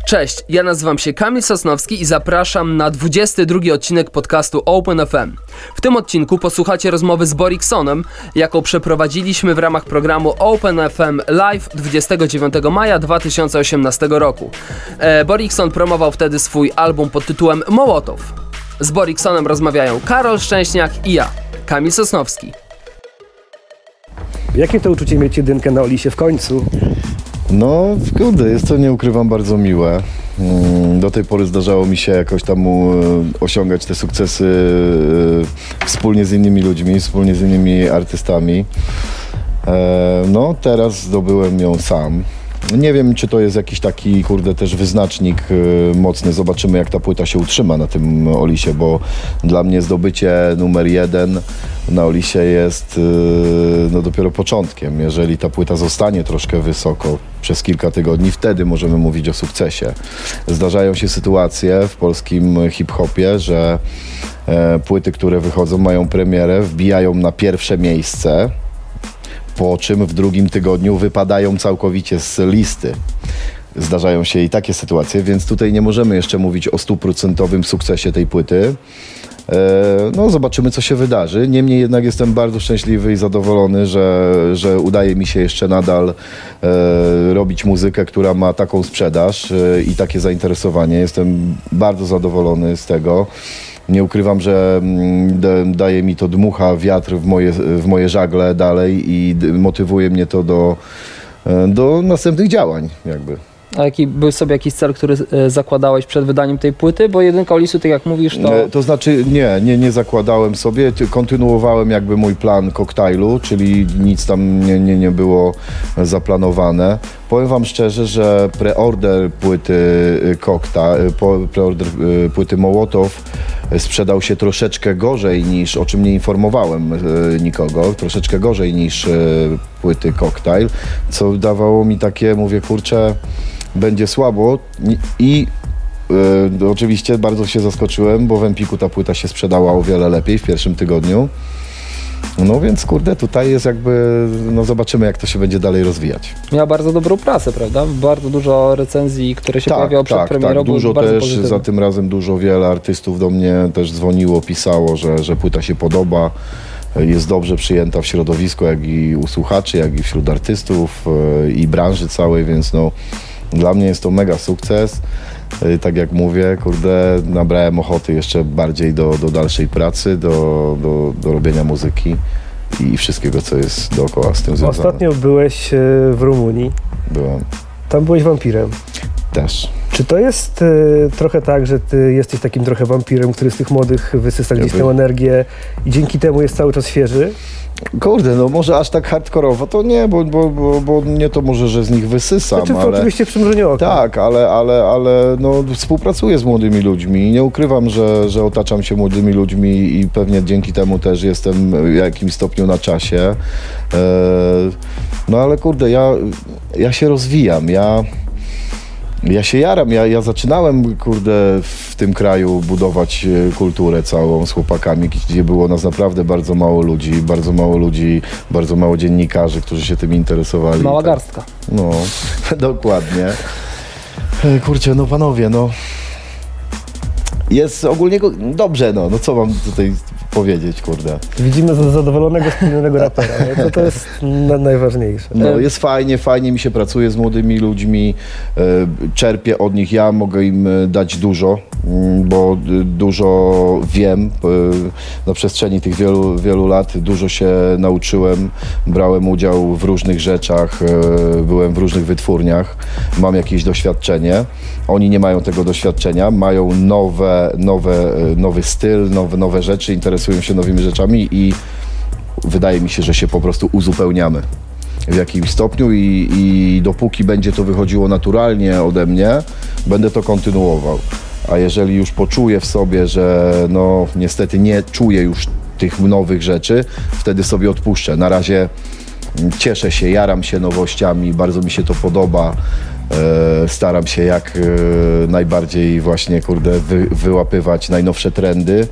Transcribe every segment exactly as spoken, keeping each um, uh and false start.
Cześć, ja nazywam się Kamil Sosnowski i zapraszam na dwudziesty drugi odcinek podcastu Open F M. W tym odcinku posłuchacie rozmowy z Boriksonem, jaką przeprowadziliśmy w ramach programu Open F M Live dwudziestego dziewiątego maja dwa tysiące osiemnastego roku. E, Borikson promował wtedy swój album pod tytułem Mołotow. Z Boriksonem rozmawiają Karol Szczęśniak i ja, Kamil Sosnowski. Jakie to uczucie mieć jedynkę na Olisie w końcu? No, kurde, jest to, nie ukrywam, bardzo miłe. Do tej pory zdarzało mi się jakoś tam osiągać te sukcesy wspólnie z innymi ludźmi, wspólnie z innymi artystami. No, teraz zdobyłem ją sam. Nie wiem, czy to jest jakiś taki, kurde, też wyznacznik mocny. Zobaczymy, jak ta płyta się utrzyma na tym Olisie, bo dla mnie zdobycie numer jeden na Olisie jest no, dopiero początkiem. Jeżeli ta płyta zostanie troszkę wysoko przez kilka tygodni, wtedy możemy mówić o sukcesie. Zdarzają się sytuacje w polskim hip-hopie, że e, płyty, które wychodzą, mają premierę, wbijają na pierwsze miejsce, po czym w drugim tygodniu wypadają całkowicie z listy. Zdarzają się i takie sytuacje, więc tutaj nie możemy jeszcze mówić o stuprocentowym sukcesie tej płyty. No, zobaczymy, co się wydarzy. Niemniej jednak jestem bardzo szczęśliwy i zadowolony, że, że udaje mi się jeszcze nadal e, robić muzykę, która ma taką sprzedaż e, i takie zainteresowanie. Jestem bardzo zadowolony z tego. Nie ukrywam, że mm, daje mi to dmucha wiatr w moje, w moje żagle dalej i motywuje mnie to do, do następnych działań, jakby. A jaki był sobie jakiś cel, który e, zakładałeś przed wydaniem tej płyty? Bo jedynka Olisu, tak jak mówisz, to... To znaczy nie, nie, nie zakładałem sobie, kontynuowałem jakby mój plan koktajlu, czyli nic tam nie, nie, nie było zaplanowane. Powiem wam szczerze, że preorder płyty Kokta, preorder płyty Mołotow sprzedał się troszeczkę gorzej niż, o czym nie informowałem nikogo, troszeczkę gorzej niż płyty Koktajl, co dawało mi takie, mówię, kurczę, będzie słabo i y, oczywiście bardzo się zaskoczyłem, bo w Empiku ta płyta się sprzedała o wiele lepiej w pierwszym tygodniu. No więc kurde, tutaj jest jakby, no zobaczymy, jak to się będzie dalej rozwijać. Miała bardzo dobrą prasę, prawda? Bardzo dużo recenzji, które się tak, pojawiały przed tak, premierą. Tak, dużo bardzo też, pozytywne. za tym razem dużo wiele artystów do mnie też dzwoniło, pisało, że, że płyta się podoba, jest dobrze przyjęta w środowisku, jak i u słuchaczy, jak i wśród artystów i branży całej, więc no dla mnie jest to mega sukces. Tak jak mówię, kurde, nabrałem ochoty jeszcze bardziej do, do dalszej pracy, do, do, do robienia muzyki i wszystkiego, co jest dookoła z tym związane. Ostatnio byłeś w Rumunii. Byłem. Tam byłeś wampirem. Też. Czy to jest y, trochę tak, że ty jesteś takim trochę wampirem, który z tych młodych wysysa gdzieś tę energię i dzięki temu jest cały czas świeży? Kurde, no może aż tak hardkorowo to nie, bo, bo, bo, bo nie to może, że z nich wysysam, Znaczy, ale... oczywiście w przymrużeniu oka. Tak, ale, ale, ale no, współpracuję z młodymi ludźmi. Nie ukrywam, że, że otaczam się młodymi ludźmi i pewnie dzięki temu też jestem w jakimś stopniu na czasie. E, no ale kurde, ja, ja się rozwijam, ja... Ja się jaram, ja, ja zaczynałem, kurde, w tym kraju budować kulturę całą z chłopakami, gdzie było nas naprawdę bardzo mało ludzi, bardzo mało ludzi, bardzo mało dziennikarzy, którzy się tym interesowali. Mała tak. garstka. No, dokładnie. Kurczę, no panowie, no... Jest ogólnie dobrze, no, no co mam tutaj powiedzieć, kurde. Widzimy zadowolonego, spójnego rapera, no to, to jest na, najważniejsze. No, jest fajnie, fajnie mi się pracuje z młodymi ludźmi, e, czerpię od nich, ja mogę im dać dużo, bo dużo wiem e, na przestrzeni tych wielu, wielu lat, dużo się nauczyłem, brałem udział w różnych rzeczach, e, byłem w różnych wytwórniach, mam jakieś doświadczenie, oni nie mają tego doświadczenia, mają nowe, nowe, nowy styl, nowe, nowe rzeczy, interesują się nowymi rzeczami i wydaje mi się, że się po prostu uzupełniamy w jakimś stopniu i, i dopóki będzie to wychodziło naturalnie ode mnie, będę to kontynuował. A jeżeli już poczuję w sobie, że no niestety nie czuję już tych nowych rzeczy, wtedy sobie odpuszczę. Na razie cieszę się, jaram się nowościami, bardzo mi się to podoba. E, staram się jak e, najbardziej właśnie, kurde, wy, wyłapywać najnowsze trendy.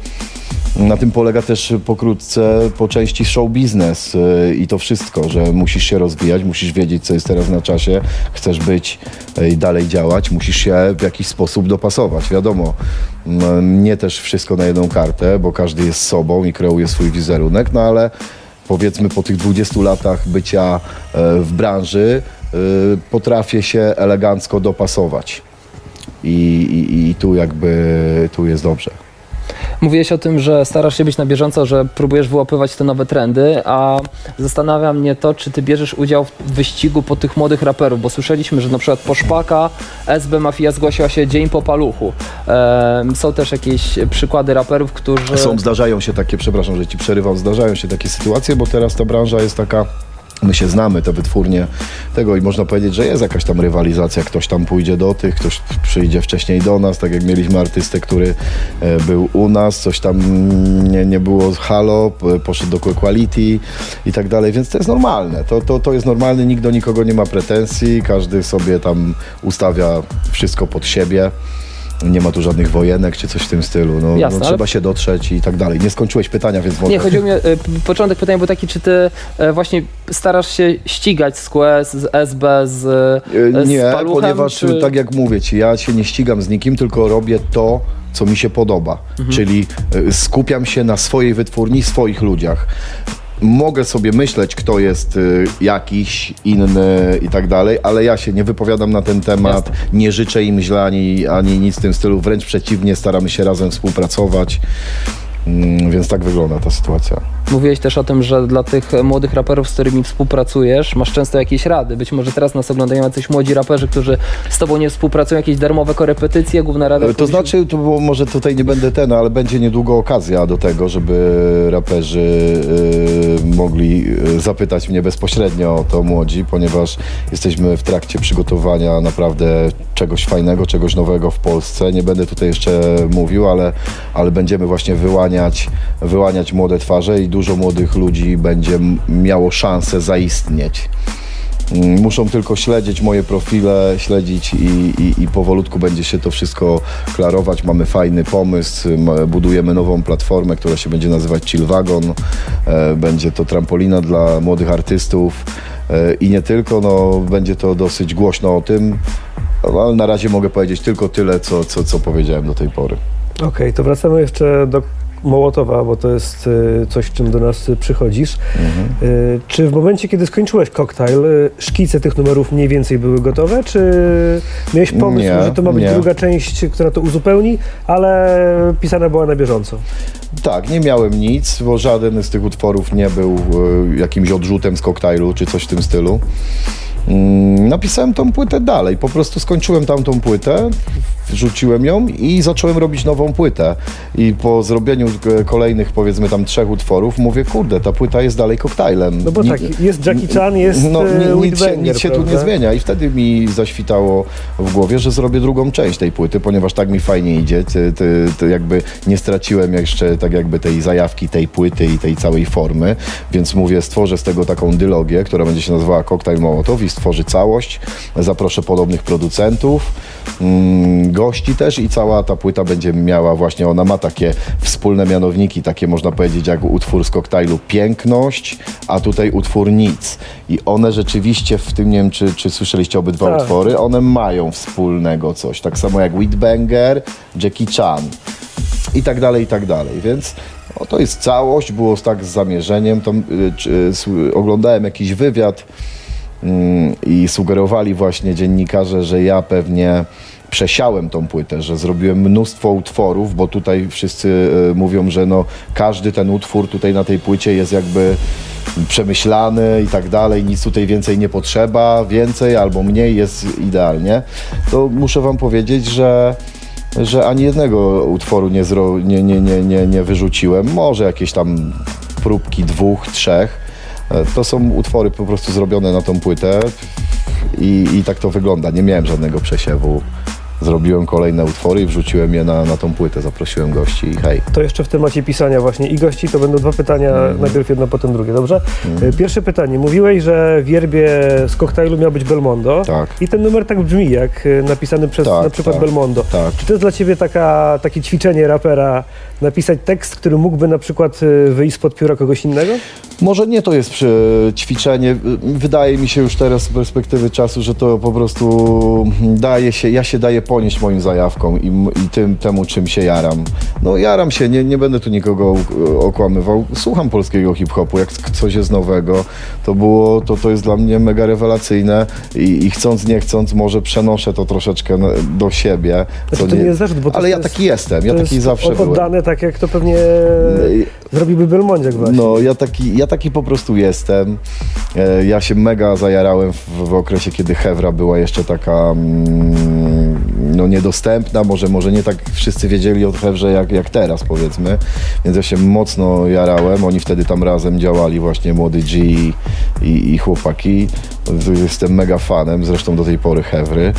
Na tym polega też pokrótce po części show biznes yy, i to wszystko, że musisz się rozwijać, musisz wiedzieć, co jest teraz na czasie, chcesz być i yy, dalej działać, musisz się w jakiś sposób dopasować. Wiadomo, yy, nie też wszystko na jedną kartę, bo każdy jest sobą i kreuje swój wizerunek, no ale powiedzmy po tych dwudziestu latach bycia yy, w branży yy, potrafię się elegancko dopasować i, i, i tu jakby tu jest dobrze. Mówiłeś o tym, że starasz się być na bieżąco, że próbujesz wyłapywać te nowe trendy, a zastanawia mnie to, czy ty bierzesz udział w wyścigu po tych młodych raperów, bo słyszeliśmy, że na przykład po Szpaka S B Mafia zgłosiła się dzień po Paluchu. Ehm, są też jakieś przykłady raperów, którzy... Są, zdarzają się takie, przepraszam, że ci przerywam, zdarzają się takie sytuacje, bo teraz ta branża jest taka... My się znamy, te wytwórnie tego i można powiedzieć, że jest jakaś tam rywalizacja, ktoś tam pójdzie do tych, ktoś przyjdzie wcześniej do nas, tak jak mieliśmy artystę, który e, był u nas, coś tam nie, nie było halo, poszedł do Quality i tak dalej, więc to jest normalne, to, to, to jest normalne, nikt do nikogo nie ma pretensji, każdy sobie tam ustawia wszystko pod siebie. Nie ma tu żadnych wojenek czy coś w tym stylu. No, Jasne, no trzeba ale... się dotrzeć i tak dalej. Nie skończyłeś pytania, więc może... Nie, chodziło mi o... Y, początek pytania był taki, czy ty y, właśnie starasz się ścigać z Q S, z S B, z, y, nie, z Paluchem? Ponieważ czy... tak jak mówię ci, ja się nie ścigam z nikim, tylko robię to, co mi się podoba. Mhm. Czyli y, skupiam się na swojej wytwórni, swoich ludziach. Mogę sobie myśleć, kto jest y, jakiś inny i tak dalej, ale ja się nie wypowiadam na ten temat, Jasne. Nie życzę im źle ani, ani nic w tym stylu, wręcz przeciwnie, staramy się razem współpracować. Więc tak wygląda ta sytuacja. Mówiłeś też o tym, że dla tych młodych raperów, z którymi współpracujesz, masz często jakieś rady. Być może teraz nas oglądają jacyś młodzi raperzy, którzy z tobą nie współpracują, jakieś darmowe korepetycje, główna rada... To znaczy, to było, może tutaj nie będę ten, ale będzie niedługo okazja do tego, żeby raperzy y, mogli zapytać mnie bezpośrednio o to, młodzi, ponieważ jesteśmy w trakcie przygotowania naprawdę czegoś fajnego, czegoś nowego w Polsce. Nie będę tutaj jeszcze mówił, ale, ale będziemy właśnie wyłaniać, wyłaniać młode twarze i dużo młodych ludzi będzie miało szansę zaistnieć. Muszą tylko śledzić moje profile, śledzić i, i, i powolutku będzie się to wszystko klarować. Mamy fajny pomysł, budujemy nową platformę, która się będzie nazywać Chill Wagon. Będzie to trampolina dla młodych artystów i nie tylko, no, będzie to dosyć głośno o tym, ale na razie mogę powiedzieć tylko tyle, co, co, co powiedziałem do tej pory. Okej, okay, to wracamy jeszcze do Mołotowa, bo to jest coś, czym do nas przychodzisz. Mhm. Czy w momencie, kiedy skończyłeś Cocktail, szkice tych numerów mniej więcej były gotowe, czy miałeś pomysł, nie, że to ma być nie. druga część, która to uzupełni, ale pisana była na bieżąco? Tak, nie miałem nic, bo żaden z tych utworów nie był jakimś odrzutem z Cocktailu, czy coś w tym stylu. Napisałem tą płytę dalej, po prostu skończyłem tamtą płytę, wrzuciłem ją i zacząłem robić nową płytę. I po zrobieniu kolejnych, powiedzmy tam trzech utworów, mówię, kurde, ta płyta jest dalej Cocktailem. No bo Ni- tak, jest Jackie Chan, jest no, ni- nic, się, nic się tu nie zmienia i wtedy mi zaświtało w głowie, że zrobię drugą część tej płyty, ponieważ tak mi fajnie idzie, ty, ty, ty jakby nie straciłem jeszcze tak jakby tej zajawki tej płyty i tej całej formy, więc mówię, stworzę z tego taką dylogię, która będzie się nazywała Cocktail Mołotow i stworzy całość, zaproszę podobnych producentów, mm, gości też i cała ta płyta będzie miała właśnie, ona ma takie wspólne mianowniki, takie można powiedzieć jak utwór z Cocktailu Piękność, a tutaj utwór Nic. I one rzeczywiście w tym, nie wiem czy, czy słyszeliście obydwa tak. utwory, one mają wspólnego coś, tak samo jak Whitbanger, Jackie Chan i tak dalej, i tak dalej, więc no, to jest całość, było tak z zamierzeniem, to, y, czy, y, oglądałem jakiś wywiad y, i sugerowali właśnie dziennikarze, że ja pewnie przesiałem tą płytę, że zrobiłem mnóstwo utworów, bo tutaj wszyscy y, mówią, że no, każdy ten utwór tutaj na tej płycie jest jakby przemyślany i tak dalej, nic tutaj więcej nie potrzeba, więcej albo mniej jest idealnie. To muszę wam powiedzieć, że że ani jednego utworu nie, zro, nie, nie, nie, nie, nie wyrzuciłem, może jakieś tam próbki dwóch, trzech. To są utwory po prostu zrobione na tą płytę i, i tak to wygląda. Nie miałem żadnego przesiewu zrobiłem kolejne utwory i wrzuciłem je na, na tą płytę, zaprosiłem gości i hej. To jeszcze w temacie pisania właśnie i gości, to będą dwa pytania, mm. najpierw jedno, potem drugie, dobrze? Mm. Pierwsze pytanie. Mówiłeś, że w yerbie z Cocktail'u miał być Belmondo. Tak. I ten numer tak brzmi, jak napisany przez tak, na przykład tak, Belmondo. Tak. Czy to jest dla ciebie taka, takie ćwiczenie rapera, napisać tekst, który mógłby na przykład wyjść spod pióra kogoś innego? Może nie to jest przy, ćwiczenie. Wydaje mi się już teraz z perspektywy czasu, że to po prostu daje się, ja się daję ponieść moim zajawkom i, i tym, temu, czym się jaram. No jaram się, nie, nie będę tu nikogo okłamywał. Słucham polskiego hip-hopu, jak coś jest nowego, to było, to, to jest dla mnie mega rewelacyjne i, i chcąc, nie chcąc, może przenoszę to troszeczkę do siebie. Znaczy, to nie jest zarzut, bo to ale ja jest, taki jestem, ja taki zawsze byłem. Oddane tak, jak to pewnie zrobiłby Belmondziak właśnie. No, ja taki, ja taki po prostu jestem. Ja się mega zajarałem w, w okresie, kiedy Hewra była jeszcze taka mm, no niedostępna, może, może nie tak wszyscy wiedzieli o Hewrze jak, jak teraz, powiedzmy. Więc ja się mocno jarałem. Oni wtedy tam razem działali, właśnie Młody G i, i, i chłopaki. Jestem mega fanem, zresztą do tej pory Hewry.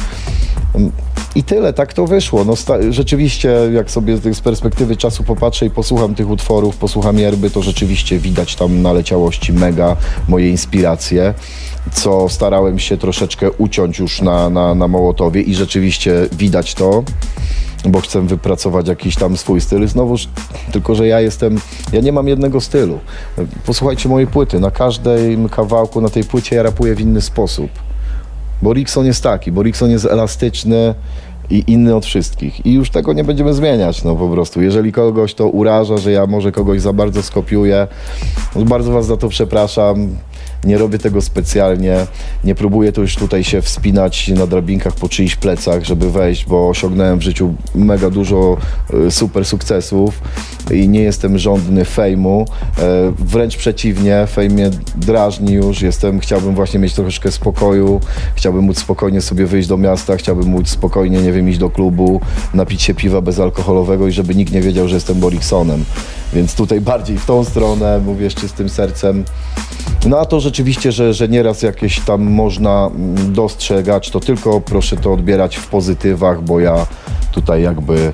I tyle, tak to wyszło. No, rzeczywiście, jak sobie z perspektywy czasu popatrzę i posłucham tych utworów, posłucham yerby, to rzeczywiście widać tam naleciałości mega, moje inspiracje, co starałem się troszeczkę uciąć już na, na, na Mołotowie i rzeczywiście widać to, bo chcę wypracować jakiś tam swój styl. Znowuż, tylko że ja jestem, ja nie mam jednego stylu. Posłuchajcie mojej płyty, na każdym kawałku na tej płycie ja rapuję w inny sposób. Bo Rickson jest taki, bo Rickson jest elastyczny i inny od wszystkich. I już tego nie będziemy zmieniać, no po prostu. Jeżeli kogoś to uraża, że ja może kogoś za bardzo skopiuję, no bardzo was za to przepraszam. Nie robię tego specjalnie, nie próbuję to już tutaj się wspinać na drabinkach po czyichś plecach, żeby wejść, bo osiągnąłem w życiu mega dużo y, super sukcesów i nie jestem żądny fejmu. Y, wręcz przeciwnie, fame mnie drażni już, jestem, chciałbym właśnie mieć troszeczkę spokoju, chciałbym móc spokojnie sobie wyjść do miasta, chciałbym móc spokojnie, nie wiem, iść do klubu, napić się piwa bezalkoholowego i żeby nikt nie wiedział, że jestem Boriksonem. Więc tutaj bardziej w tą stronę, mówię z czystym sercem. No a to rzeczywiście, że, że nieraz jakieś tam można dostrzegać, to tylko proszę to odbierać w pozytywach, bo ja tutaj jakby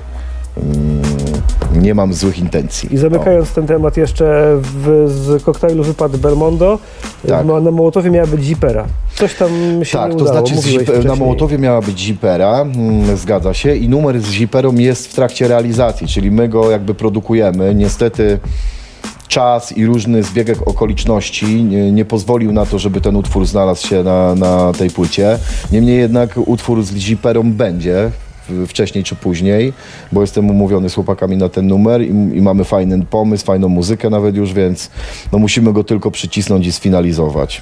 mm, nie mam złych intencji. I zamykając o. ten temat jeszcze, w, z Cocktail'u wypadł Belmondo, tak. na, na Mołotowie miała być Zipera. Coś tam się tak, nie to udało. znaczy Zip, na Mołotowie miała być Zipera, mm, zgadza się, i numer z Ziperą jest w trakcie realizacji, czyli my go jakby produkujemy. Niestety czas i różny zbieg okoliczności nie, nie pozwolił na to, żeby ten utwór znalazł się na, na tej płycie. Niemniej jednak utwór z Ziperą będzie wcześniej czy później, bo jestem umówiony z chłopakami na ten numer i, i mamy fajny pomysł, fajną muzykę nawet już, więc no musimy go tylko przycisnąć i sfinalizować.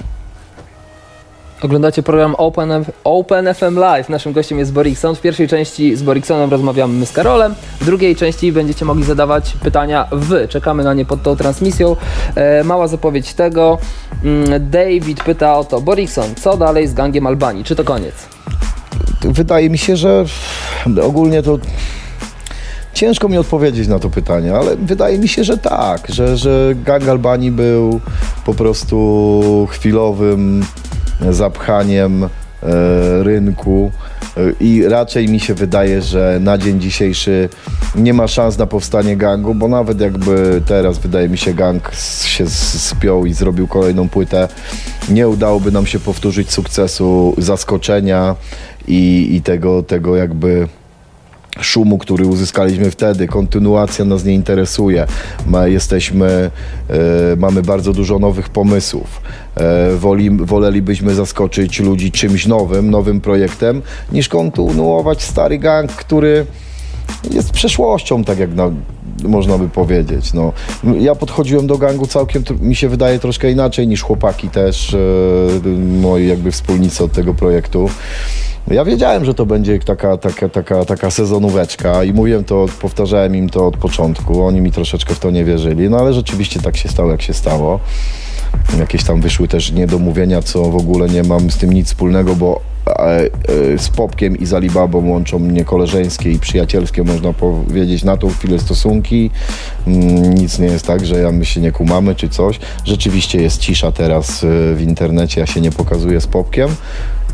Oglądacie program Open, Open F M Live. Naszym gościem jest Borikson. W pierwszej części z Boriksonem rozmawiamy my z Karolem. W drugiej części będziecie mogli zadawać pytania wy. Czekamy na nie pod tą transmisją. E, mała zapowiedź tego. David pyta o to. Borikson, co dalej z gangiem Albanii? Czy to koniec? Wydaje mi się, że ogólnie to ciężko mi odpowiedzieć na to pytanie, ale wydaje mi się, że tak, że, że gang Albanii był po prostu chwilowym zapchaniem e, rynku e, i raczej mi się wydaje, że na dzień dzisiejszy nie ma szans na powstanie gangu, bo nawet jakby teraz wydaje mi się gang się spiął i zrobił kolejną płytę, nie udałoby nam się powtórzyć sukcesu, zaskoczenia i, i tego, tego jakby szumu, który uzyskaliśmy wtedy. Kontynuacja nas nie interesuje. Ma, jesteśmy, e, mamy bardzo dużo nowych pomysłów. E, woli, wolelibyśmy zaskoczyć ludzi czymś nowym, nowym projektem, niż kontynuować stary gang, który jest przeszłością, tak jak na, można by powiedzieć. No, ja podchodziłem do gangu całkiem, mi się wydaje, troszkę inaczej niż chłopaki też, e, moi jakby wspólnicy od tego projektu. Ja wiedziałem, że to będzie taka, taka, taka, taka sezonóweczka i mówiłem to, powtarzałem im to od początku. Oni mi troszeczkę w to nie wierzyli, no ale rzeczywiście tak się stało, jak się stało. Jakieś tam wyszły też niedomówienia, co w ogóle nie mam z tym nic wspólnego, bo e, e, z Popkiem i z Alibabą łączą mnie koleżeńskie i przyjacielskie, można powiedzieć, na tą chwilę stosunki. Mm, nic nie jest tak, że ja my się nie kumamy czy coś. Rzeczywiście jest cisza teraz w internecie, ja się nie pokazuję z Popkiem.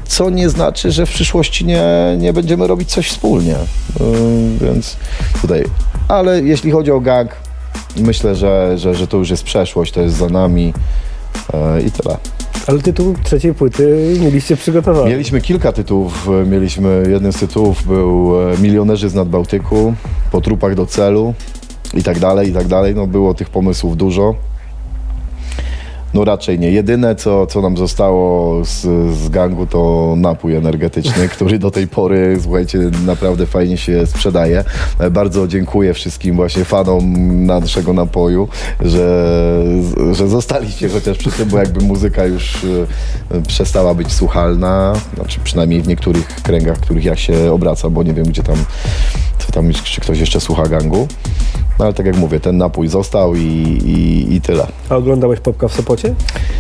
co nie znaczy, że w przyszłości nie, nie będziemy robić coś wspólnie. Więc tutaj, ale jeśli chodzi o gang, myślę, że, że, że to już jest przeszłość, to jest za nami i tyle. Ale tytuł trzeciej płyty mieliście przygotowany. Mieliśmy kilka tytułów. Mieliśmy, jeden z tytułów był Milionerzy z Nadbałtyku, Po trupach do celu i tak dalej, i tak dalej. No było tych pomysłów dużo. No raczej nie. Jedyne, co, co nam zostało z, z gangu, to napój energetyczny, który do tej pory, słuchajcie, naprawdę fajnie się sprzedaje. Bardzo dziękuję wszystkim właśnie fanom naszego napoju, że, że zostaliście chociaż przy tym, bo jakby muzyka już przestała być słuchalna, znaczy przynajmniej w niektórych kręgach, w których ja się obracam, bo nie wiem, gdzie tam, co tam, czy ktoś jeszcze słucha gangu. No ale tak jak mówię, ten napój został i, i, i tyle. A oglądałeś Popka w Sopocie?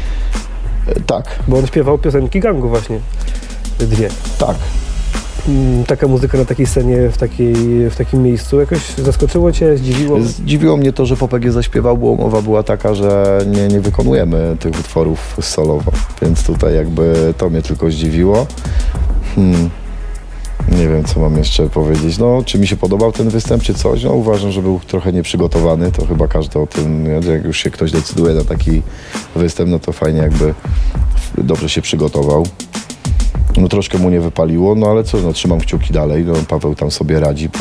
E, tak. Bo on śpiewał piosenki gangu właśnie. Dwie. Tak. Taka muzyka na takiej scenie, w, takiej, w takim miejscu jakoś zaskoczyło cię, zdziwiło? Zdziwiło mnie to, że Popek je zaśpiewał, bo umowa była taka, że nie, nie wykonujemy tych utworów solowo, więc tutaj jakby to mnie tylko zdziwiło. Hmm. Nie wiem, co mam jeszcze powiedzieć. No, czy mi się podobał ten występ, czy coś? No, uważam, że był trochę nieprzygotowany. To chyba każdy o tym, jak już się ktoś decyduje na taki występ, no to fajnie jakby dobrze się przygotował. No troszkę mu nie wypaliło, no ale co, no trzymam kciuki dalej. No, Paweł tam sobie radzi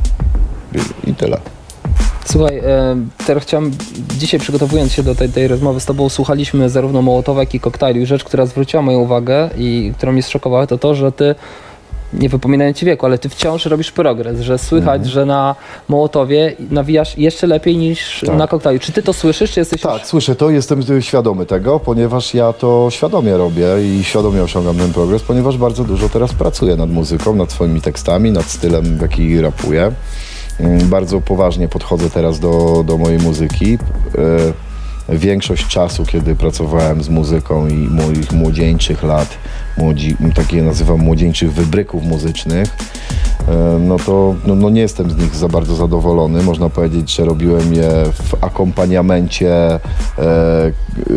i, i tyle. Słuchaj, e, teraz chciałem, dzisiaj przygotowując się do tej, tej rozmowy z tobą, słuchaliśmy zarówno Mołotowa, jak i Koktajlu i rzecz, która zwróciła moją uwagę i która mnie zszokowała, to to, że ty, nie wypominając ci wieku, ale ty wciąż robisz progres, że słychać, mm. że na Mołotowie nawijasz jeszcze lepiej niż tak. na Koktajlu. Czy ty to słyszysz, czy jesteś Tak, już... słyszę to, jestem świadomy tego, ponieważ ja to świadomie robię i świadomie osiągam ten progres, ponieważ bardzo dużo teraz pracuję nad muzyką, nad swoimi tekstami, nad stylem, w jaki rapuję. Bardzo poważnie podchodzę teraz do, do mojej muzyki. Większość czasu, kiedy pracowałem z muzyką i moich młodzieńczych lat, młodzi, takie nazywam młodzieńczych wybryków muzycznych, no to no, no nie jestem z nich za bardzo zadowolony. Można powiedzieć, że robiłem je w akompaniamencie e, e,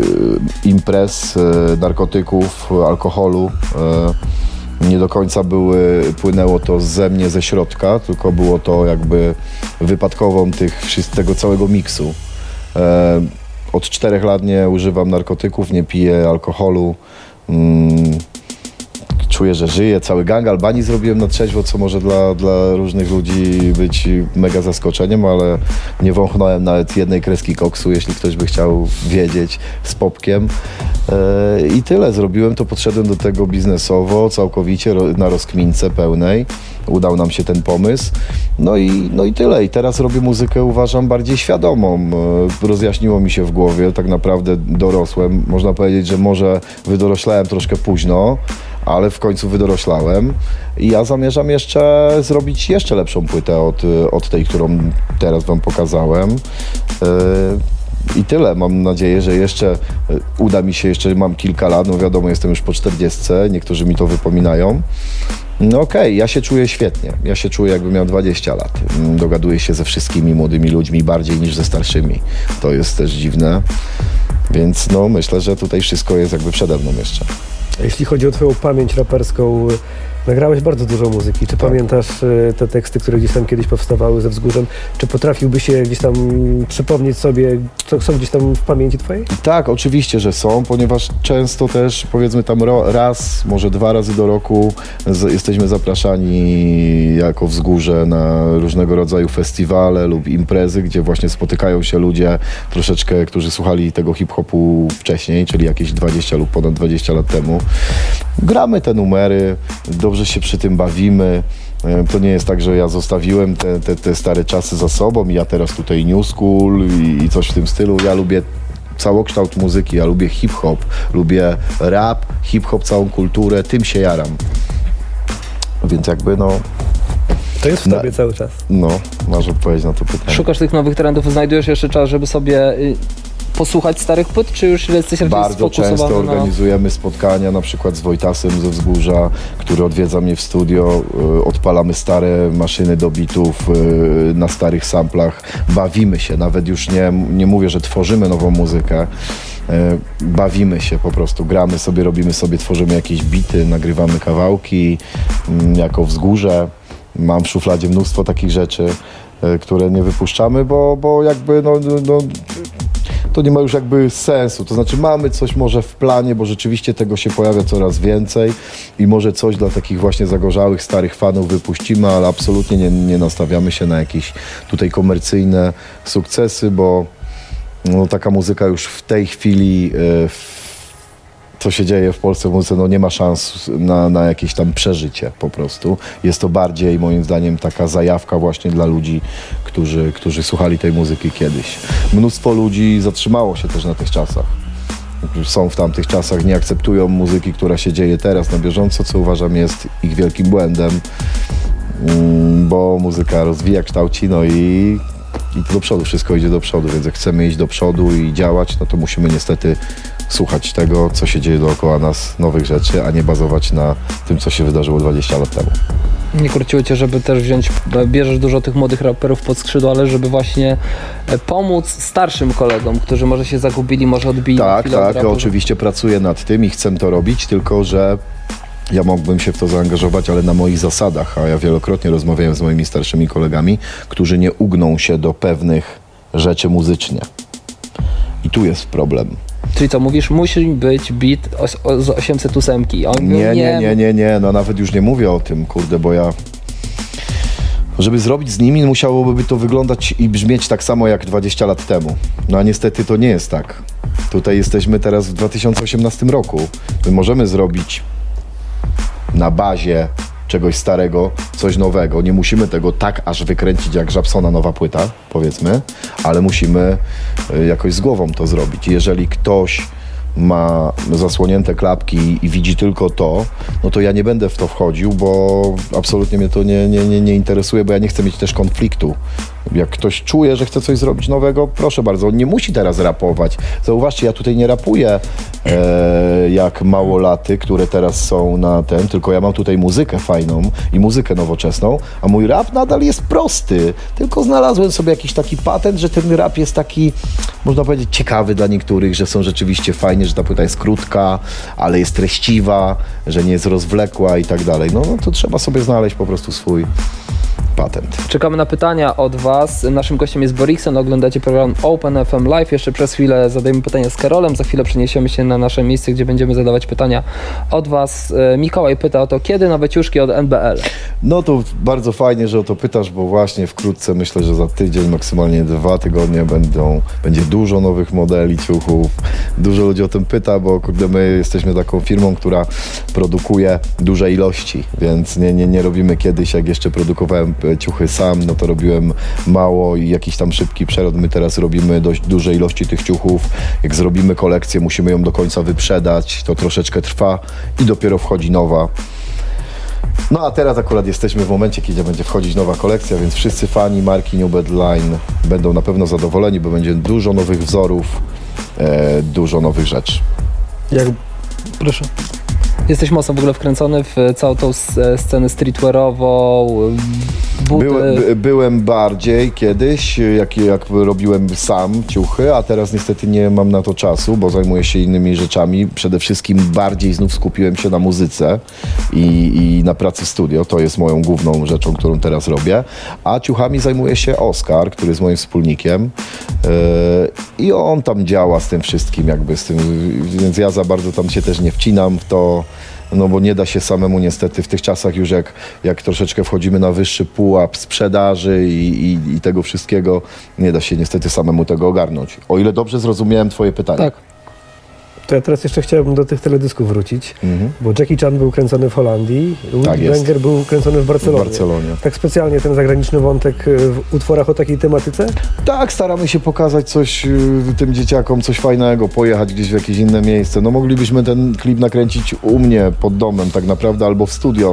imprez, e, narkotyków, alkoholu. E, nie do końca były, płynęło to ze mnie, ze środka, tylko było to jakby wypadkową tych, tego całego miksu. E, Od czterech lat nie używam narkotyków, nie piję alkoholu. Mm, czuję, że żyję. Cały gang Albanii zrobiłem na trzeźwo, co może dla, dla różnych ludzi być mega zaskoczeniem, ale nie wąchnąłem nawet jednej kreski koksu, jeśli ktoś by chciał wiedzieć, z Popkiem. E, I tyle. Zrobiłem to, podszedłem do tego biznesowo, całkowicie ro, na rozkmince pełnej. Udał nam się ten pomysł. No i, no i tyle. I teraz robię muzykę, uważam, bardziej świadomą. Rozjaśniło mi się w głowie, tak naprawdę dorosłem. Można powiedzieć, że może wydoroślałem troszkę późno, ale w końcu wydoroślałem. I ja zamierzam jeszcze zrobić jeszcze lepszą płytę od, od tej, którą teraz wam pokazałem. I tyle. Mam nadzieję, że jeszcze uda mi się, jeszcze mam kilka lat, no wiadomo, jestem już po czterdziestce, niektórzy mi to wypominają. No okej, okay, ja się czuję świetnie. Ja się czuję, jakbym miał dwadzieścia lat. Dogaduję się ze wszystkimi młodymi ludźmi bardziej niż ze starszymi. To jest też dziwne. Więc no myślę, że tutaj wszystko jest jakby przede mną jeszcze. A jeśli chodzi o twoją pamięć raperską, nagrałeś bardzo dużo muzyki. Czy tak. pamiętasz te teksty, które gdzieś tam kiedyś powstawały ze Wzgórzem? Czy potrafiłbyś się gdzieś tam przypomnieć sobie, co są gdzieś tam w pamięci twojej? Tak, oczywiście, że są, ponieważ często też, powiedzmy tam raz, może dwa razy do roku z, jesteśmy zapraszani jako Wzgórze na różnego rodzaju festiwale lub imprezy, gdzie właśnie spotykają się ludzie troszeczkę, którzy słuchali tego hip-hopu wcześniej, czyli jakieś dwadzieścia lub ponad dwadzieścia lat temu. Gramy te numery, dobrze się przy tym bawimy. To nie jest tak, że ja zostawiłem te, te, te stare czasy za sobą i ja teraz tutaj new school i, i coś w tym stylu. Ja lubię całokształt muzyki, ja lubię hip-hop, lubię rap, hip-hop, całą kulturę, tym się jaram. Więc jakby no... To jest w tobie na, cały czas. No, masz odpowiedź na to pytanie. Szukasz tych nowych trendów, znajdujesz jeszcze czas, żeby sobie... Y posłuchać starych płyt, czy już jesteś raczej Bardzo często na... organizujemy spotkania, na przykład z Wojtasem ze Wzgórza, który odwiedza mnie w studio, odpalamy stare maszyny do bitów na starych samplach, bawimy się, nawet już nie, nie mówię, że tworzymy nową muzykę, e, bawimy się po prostu, gramy sobie, robimy sobie, tworzymy jakieś bity, nagrywamy kawałki m, jako Wzgórze. Mam w szufladzie mnóstwo takich rzeczy, e, które nie wypuszczamy, bo, bo jakby no, no, to nie ma już jakby sensu. To znaczy mamy coś może w planie, bo rzeczywiście tego się pojawia coraz więcej i może coś dla takich właśnie zagorzałych, starych fanów wypuścimy, ale absolutnie nie, nie nastawiamy się na jakieś tutaj komercyjne sukcesy, bo no, taka muzyka już w tej chwili, yy, co się dzieje w Polsce w muzyce, no nie ma szans na, na jakieś tam przeżycie po prostu. Jest to bardziej moim zdaniem taka zajawka właśnie dla ludzi, którzy, którzy słuchali tej muzyki kiedyś. Mnóstwo ludzi zatrzymało się też na tych czasach. Są w tamtych czasach, nie akceptują muzyki, która się dzieje teraz na bieżąco, co uważam jest ich wielkim błędem, bo muzyka rozwija, kształci, no i i to do przodu, wszystko idzie do przodu, więc jak chcemy iść do przodu i działać, no to musimy niestety słuchać tego, co się dzieje dookoła nas, nowych rzeczy, a nie bazować na tym, co się wydarzyło dwadzieścia lat temu. Nie korciło cię, żeby też wziąć, bierzesz dużo tych młodych raperów pod skrzydło, ale żeby właśnie pomóc starszym kolegom, którzy może się zagubili, może odbili. Tak, tak, oczywiście pracuję nad tym i chcę to robić, tylko że ja mógłbym się w to zaangażować, ale na moich zasadach, a ja wielokrotnie rozmawiałem z moimi starszymi kolegami, którzy nie ugną się do pewnych rzeczy muzycznie. I tu jest problem. Czyli co, mówisz, musi być beat z osiemset osiem. On nie, nie, nie, nie, nie, no nawet już nie mówię o tym, kurde, bo ja... Żeby zrobić z nimi, musiałoby to wyglądać i brzmieć tak samo jak dwadzieścia lat temu. No a niestety to nie jest tak. Tutaj jesteśmy teraz w dwa tysiące osiemnastym roku. My możemy zrobić na bazie czegoś starego, coś nowego. Nie musimy tego tak aż wykręcić jak Żabsona nowa płyta, powiedzmy, ale musimy jakoś z głową to zrobić. Jeżeli ktoś ma zasłonięte klapki i widzi tylko to, no to ja nie będę w to wchodził, bo absolutnie mnie to nie, nie, nie, nie interesuje, bo ja nie chcę mieć też konfliktu. Jak ktoś czuje, że chce coś zrobić nowego, proszę bardzo, on nie musi teraz rapować. Zauważcie, ja tutaj nie rapuję e, jak małolaty, które teraz są na ten, tylko ja mam tutaj muzykę fajną i muzykę nowoczesną, a mój rap nadal jest prosty. Tylko znalazłem sobie jakiś taki patent, że ten rap jest taki, można powiedzieć, ciekawy dla niektórych, że są rzeczywiście fajnie, że ta płyta jest krótka, ale jest treściwa, że nie jest rozwlekła i tak dalej. No, no to trzeba sobie znaleźć po prostu swój patent. Czekamy na pytania od Was. Naszym gościem jest Borikson, oglądacie program Open F M Live. Jeszcze przez chwilę zadajemy pytania z Karolem, za chwilę przeniesiemy się na nasze miejsce, gdzie będziemy zadawać pytania od Was. Mikołaj pyta o to, kiedy nowe ciuszki od N B L? No to bardzo fajnie, że o to pytasz, bo właśnie wkrótce, myślę, że za tydzień, maksymalnie dwa tygodnie będą, będzie dużo nowych modeli ciuchów. Dużo ludzi o tym pyta, bo kurde, my jesteśmy taką firmą, która produkuje duże ilości, więc nie, nie, nie robimy kiedyś, jak jeszcze produkowałem ciuchy sam, no to robiłem mało i jakiś tam szybki przelot. My teraz robimy dość duże ilości tych ciuchów. Jak zrobimy kolekcję, musimy ją do końca wyprzedać, to troszeczkę trwa i dopiero wchodzi nowa. No a teraz akurat jesteśmy w momencie, kiedy będzie wchodzić nowa kolekcja, więc wszyscy fani marki New Bedline będą na pewno zadowoleni, bo będzie dużo nowych wzorów, e, dużo nowych rzeczy. Jak... Proszę. Jesteś mocno w ogóle wkręcony w całą tą scenę streetwearową, buty. Byłem, byłem bardziej kiedyś, jak, jak robiłem sam ciuchy, a teraz niestety nie mam na to czasu, bo zajmuję się innymi rzeczami. Przede wszystkim bardziej znów skupiłem się na muzyce i, i na pracy w studio. To jest moją główną rzeczą, którą teraz robię. A ciuchami zajmuje się Oskar, który jest moim wspólnikiem. Yy, I on tam działa z tym wszystkim, jakby z tym, więc ja za bardzo tam się też nie wcinam w to. No bo nie da się samemu niestety w tych czasach już jak, jak troszeczkę wchodzimy na wyższy pułap sprzedaży i, i, i tego wszystkiego, nie da się niestety samemu tego ogarnąć. O ile dobrze zrozumiałem twoje pytanie. Tak. To ja teraz jeszcze chciałbym do tych teledysków wrócić, Mhm. bo Jackie Chan był kręcony w Holandii, Tak Woody Wenger był kręcony w Barcelonie. W Barcelonie. Tak specjalnie ten zagraniczny wątek w utworach o takiej tematyce? Tak, staramy się pokazać coś y, tym dzieciakom, coś fajnego, pojechać gdzieś w jakieś inne miejsce. No moglibyśmy ten klip nakręcić u mnie pod domem tak naprawdę, albo w studio.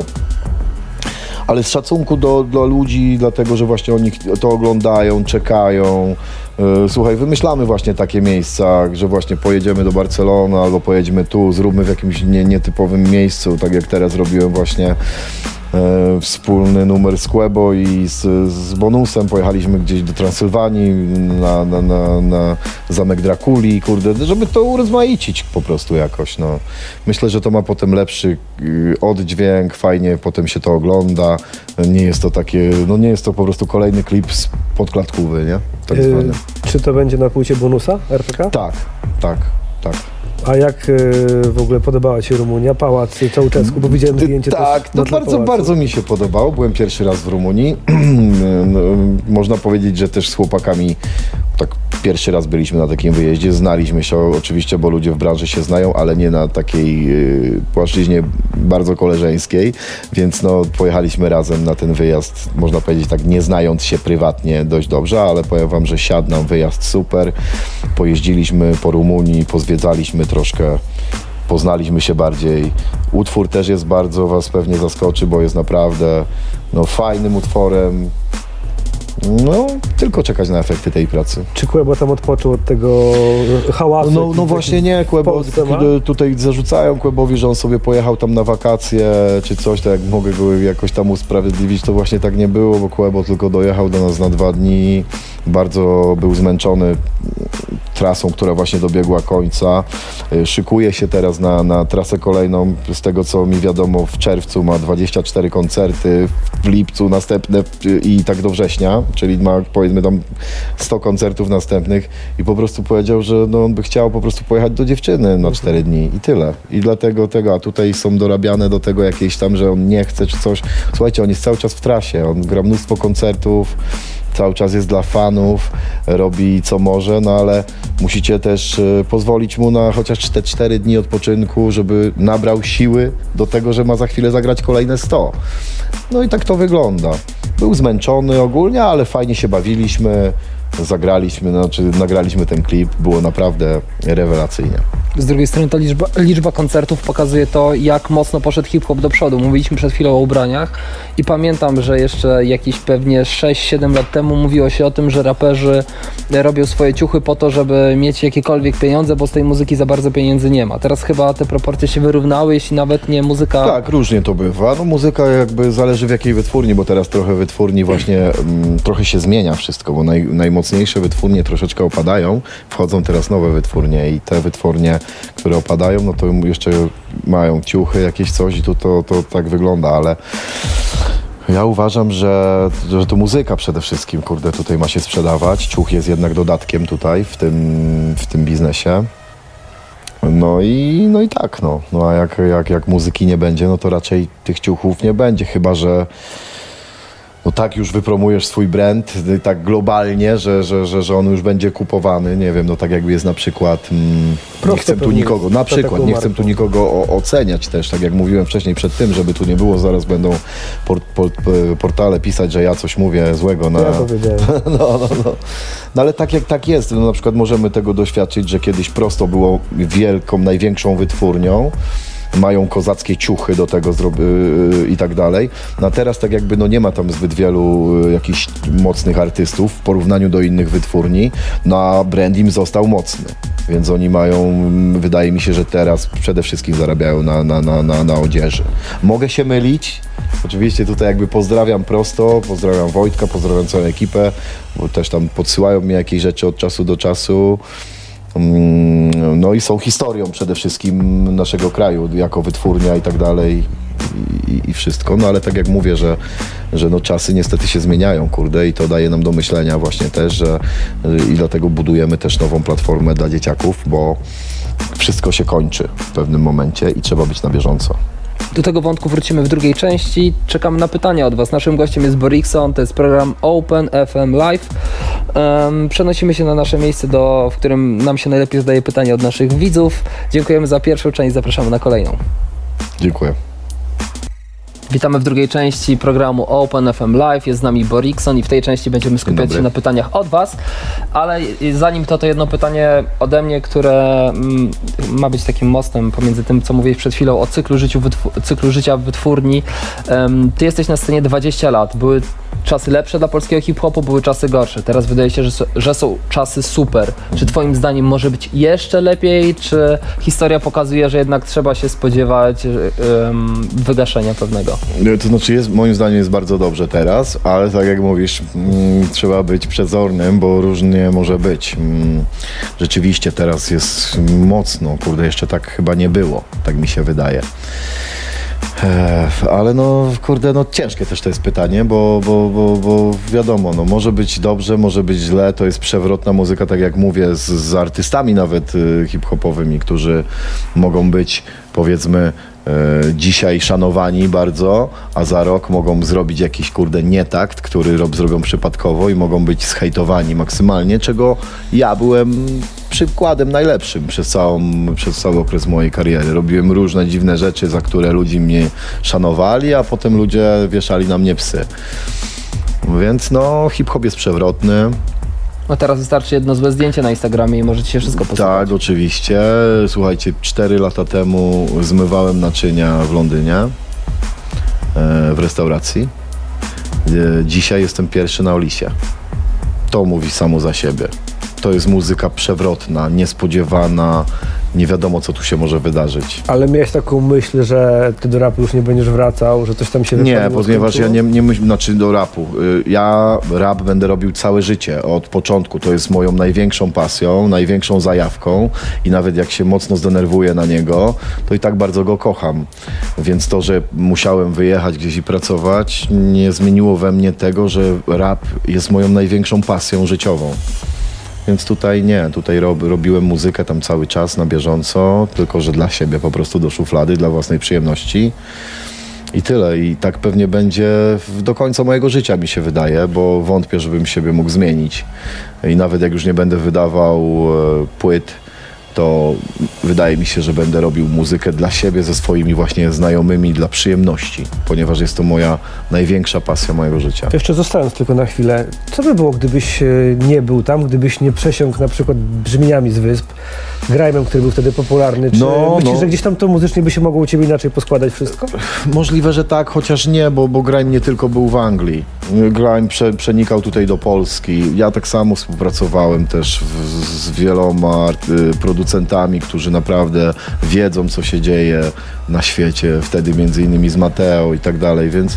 Ale z szacunku do, do ludzi, dlatego że właśnie oni to oglądają, czekają. Yy, słuchaj, wymyślamy właśnie takie miejsca, że właśnie pojedziemy do Barcelony albo pojedziemy tu, zróbmy w jakimś nie, nietypowym miejscu, tak jak teraz robiłem właśnie e, wspólny numer z Quebo i z, z Bonusem. Pojechaliśmy gdzieś do Transylwanii, na, na, na, na zamek Drakuli, kurde, żeby to urozmaicić po prostu jakoś. No. Myślę, że to ma potem lepszy y, oddźwięk, fajnie potem się to ogląda. Nie jest to takie, no nie jest to po prostu kolejny klip z podkładkówy, nie? Tak zwany. Yy, czy to będzie na płycie Bonusa R P K? Tak, tak, tak. A jak y, w ogóle podobała Ci Rumunia, Pałac Ceausescu, bo widziałem zdjęcie Tak, też no na tle bardzo, pałacu. bardzo mi się podobało. Byłem pierwszy raz w Rumunii. No, można powiedzieć, że też z chłopakami tak pierwszy raz byliśmy na takim wyjeździe. Znaliśmy się oczywiście, bo ludzie w branży się znają, ale nie na takiej y, płaszczyźnie bardzo koleżeńskiej, więc no pojechaliśmy razem na ten wyjazd, można powiedzieć tak, nie znając się prywatnie dość dobrze, ale powiem wam, że siadł nam wyjazd super. Pojeździliśmy po Rumunii, pozwiedzaliśmy troszkę, poznaliśmy się bardziej. Utwór też jest bardzo, was pewnie zaskoczy, bo jest naprawdę no, fajnym utworem. No, tylko czekać na efekty tej pracy. Czy Quebo tam odpoczął od tego hałasu? No, no właśnie nie, Quebo, tutaj zarzucają Quebowi, że on sobie pojechał tam na wakacje czy coś, to jak mogę go jakoś tam usprawiedliwić, to właśnie tak nie było, bo Quebo tylko dojechał do nas na dwa dni, bardzo był zmęczony trasą, która właśnie dobiegła końca. Szykuje się teraz na, na trasę kolejną, z tego co mi wiadomo w czerwcu ma dwadzieścia cztery koncerty, w lipcu następne i tak do września, czyli ma powiedzmy tam sto koncertów następnych i po prostu powiedział, że no, on by chciał po prostu pojechać do dziewczyny na cztery dni i tyle. I dlatego tego, a tutaj są dorabiane do tego jakieś tam, że on nie chce czy coś. Słuchajcie, on jest cały czas w trasie, on gra mnóstwo koncertów, cały czas jest dla fanów, robi co może, no ale musicie też y, pozwolić mu na chociaż te cztery dni odpoczynku, żeby nabrał siły do tego, że ma za chwilę zagrać kolejne sto. No i tak to wygląda. Był zmęczony ogólnie, ale fajnie się bawiliśmy, zagraliśmy, znaczy nagraliśmy ten klip, było naprawdę rewelacyjnie. Z drugiej strony ta liczba, liczba koncertów pokazuje to, jak mocno poszedł hip-hop do przodu. Mówiliśmy przed chwilą o ubraniach i pamiętam, że jeszcze jakieś pewnie sześć siedem lat temu mówiło się o tym, że raperzy robią swoje ciuchy po to, żeby mieć jakiekolwiek pieniądze, bo z tej muzyki za bardzo pieniędzy nie ma. Teraz chyba te proporcje się wyrównały, jeśli nawet nie muzyka... Tak, różnie to bywa. No muzyka jakby zależy w jakiej wytwórni, bo teraz trochę wytwórni właśnie mm, trochę się zmienia wszystko, bo naj, najmocniejsze wytwórnie troszeczkę opadają, wchodzą teraz nowe wytwórnie i te wytwórnie, które opadają, no to jeszcze mają ciuchy, jakieś coś i to, to, to tak wygląda, ale ja uważam, że, że to muzyka przede wszystkim, kurde, tutaj ma się sprzedawać. Ciuch jest jednak dodatkiem tutaj w tym, w tym biznesie. No i, no i tak, no. No a jak, jak, jak muzyki nie będzie, no to raczej tych ciuchów nie będzie, chyba że no tak już wypromujesz swój brand tak globalnie, że, że, że, że on już będzie kupowany, nie wiem, no tak jakby jest na przykład, mm, nie chcę tu nikogo, na przykład, nie chcę tu nikogo o, oceniać też, tak jak mówiłem wcześniej przed tym, żeby tu nie było, zaraz będą port, port, portale pisać, że ja coś mówię złego na... Ja powiedziałem. no, no, no. no ale tak jak tak jest, no na przykład możemy tego doświadczyć, że kiedyś Prosto było wielką, największą wytwórnią, mają kozackie ciuchy do tego yy, i tak dalej. No a teraz tak jakby no nie ma tam zbyt wielu yy, jakichś mocnych artystów w porównaniu do innych wytwórni, no a brand im został mocny. Więc oni mają, wydaje mi się, że teraz przede wszystkim zarabiają na, na, na, na, na odzieży. Mogę się mylić. Oczywiście tutaj jakby pozdrawiam Prosto, pozdrawiam Wojtka, pozdrawiam całą ekipę, bo też tam podsyłają mi jakieś rzeczy od czasu do czasu. No i są historią przede wszystkim naszego kraju, jako wytwórnia i tak dalej i, i wszystko, no ale tak jak mówię, że, że no czasy niestety się zmieniają, kurde, i to daje nam do myślenia właśnie też, że i dlatego budujemy też nową platformę dla dzieciaków, bo wszystko się kończy w pewnym momencie i trzeba być na bieżąco. Do tego wątku wrócimy w drugiej części. Czekamy na pytania od Was. Naszym gościem jest Borikson, to jest program Open F M Live. Um, przenosimy się na nasze miejsce, do, w którym nam się najlepiej zadaje pytania od naszych widzów. Dziękujemy za pierwszą część, zapraszamy na kolejną. Dziękuję. Witamy w drugiej części programu Open F M Live. Jest z nami Borikson i w tej części będziemy skupiać się na pytaniach od Was. Ale zanim to, to jedno pytanie ode mnie, które mm, ma być takim mostem pomiędzy tym, co mówiłeś przed chwilą o cyklu, życiu wytwór- cyklu życia w wytwórni. Um, ty jesteś na scenie dwadzieścia lat. Były czasy lepsze dla polskiego hip-hopu, były czasy gorsze. Teraz wydaje się, że, so, że są czasy super. Czy twoim zdaniem może być jeszcze lepiej, czy historia pokazuje, że jednak trzeba się spodziewać um, wygaszenia pewnego? To znaczy jest, moim zdaniem jest bardzo dobrze teraz, ale tak jak mówisz, mm, trzeba być przezornym, bo różnie może być. Mm, rzeczywiście teraz jest mocno, kurde, jeszcze tak chyba nie było, tak mi się wydaje. Ale no, kurde, no ciężkie też to jest pytanie, bo, bo, bo, bo wiadomo, no może być dobrze, może być źle, to jest przewrotna muzyka, tak jak mówię, z, z artystami nawet y, hip-hopowymi, którzy mogą być, powiedzmy, y, dzisiaj szanowani bardzo, a za rok mogą zrobić jakiś, kurde, nietakt, który rob, zrobią przypadkowo i mogą być zhejtowani maksymalnie, czego ja byłem przykładem najlepszym przez, całą, przez cały okres mojej kariery. Robiłem różne dziwne rzeczy, za które ludzie mnie szanowali, a potem ludzie wieszali na mnie psy. Więc no, hip-hop jest przewrotny. No teraz wystarczy jedno złe zdjęcie na Instagramie i możecie się wszystko posłuchać. Tak, oczywiście. Słuchajcie, cztery lata temu zmywałem naczynia w Londynie, w restauracji. Dzisiaj jestem pierwszy na Olisie. To mówi samo za siebie. To jest muzyka przewrotna, niespodziewana, nie wiadomo, co tu się może wydarzyć. Ale miałeś taką myśl, że ty do rapu już nie będziesz wracał, że coś tam się Nie, ponieważ ja nie, nie myślę, znaczy do rapu. Ja rap będę robił całe życie, od początku. To jest moją największą pasją, największą zajawką i nawet jak się mocno zdenerwuję na niego, to i tak bardzo go kocham. Więc to, że musiałem wyjechać gdzieś i pracować, nie zmieniło we mnie tego, że rap jest moją największą pasją życiową. Więc tutaj nie, tutaj rob, robiłem muzykę tam cały czas na bieżąco, tylko że dla siebie po prostu do szuflady, dla własnej przyjemności i tyle. I tak pewnie będzie do końca mojego życia, mi się wydaje, bo wątpię, żebym siebie mógł zmienić. I nawet jak już nie będę wydawał e, płyt, to wydaje mi się, że będę robił muzykę dla siebie, ze swoimi właśnie znajomymi, dla przyjemności, ponieważ jest to moja największa pasja mojego życia. To jeszcze zostając tylko na chwilę, co by było, gdybyś nie był tam, gdybyś nie przesiąkł na przykład brzmieniami z Wysp, grajmem, który był wtedy popularny, czy no, myślisz, no. że gdzieś tam to muzycznie by się mogło u ciebie inaczej poskładać wszystko? Możliwe, że tak, chociaż nie, bo, bo grime nie tylko był w Anglii. Grime prze, przenikał tutaj do Polski. Ja tak samo współpracowałem też w, z wieloma y, producentami, którzy naprawdę wiedzą, co się dzieje na świecie, wtedy między innymi z Mateo i tak dalej, więc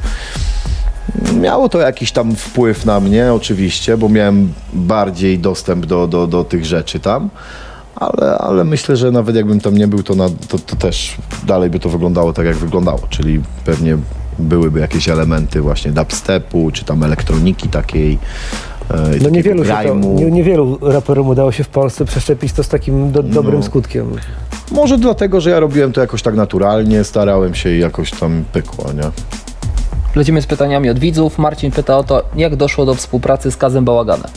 miało to jakiś tam wpływ na mnie oczywiście, bo miałem bardziej dostęp do, do, do tych rzeczy tam. Ale, ale myślę, że nawet jakbym tam nie był, to, na, to, to też dalej by to wyglądało tak, jak wyglądało, czyli pewnie byłyby jakieś elementy właśnie dubstepu, czy tam elektroniki takiej, e, no niewielu, się to, grime'u. nie, niewielu raperom udało się w Polsce przeszczepić to z takim do, dobrym No. skutkiem. Może dlatego, że ja robiłem to jakoś tak naturalnie, starałem się i jakoś tam pykło, nie? Lecimy z pytaniami od widzów. Marcin pyta o to, jak doszło do współpracy z Kazem Bałaganem.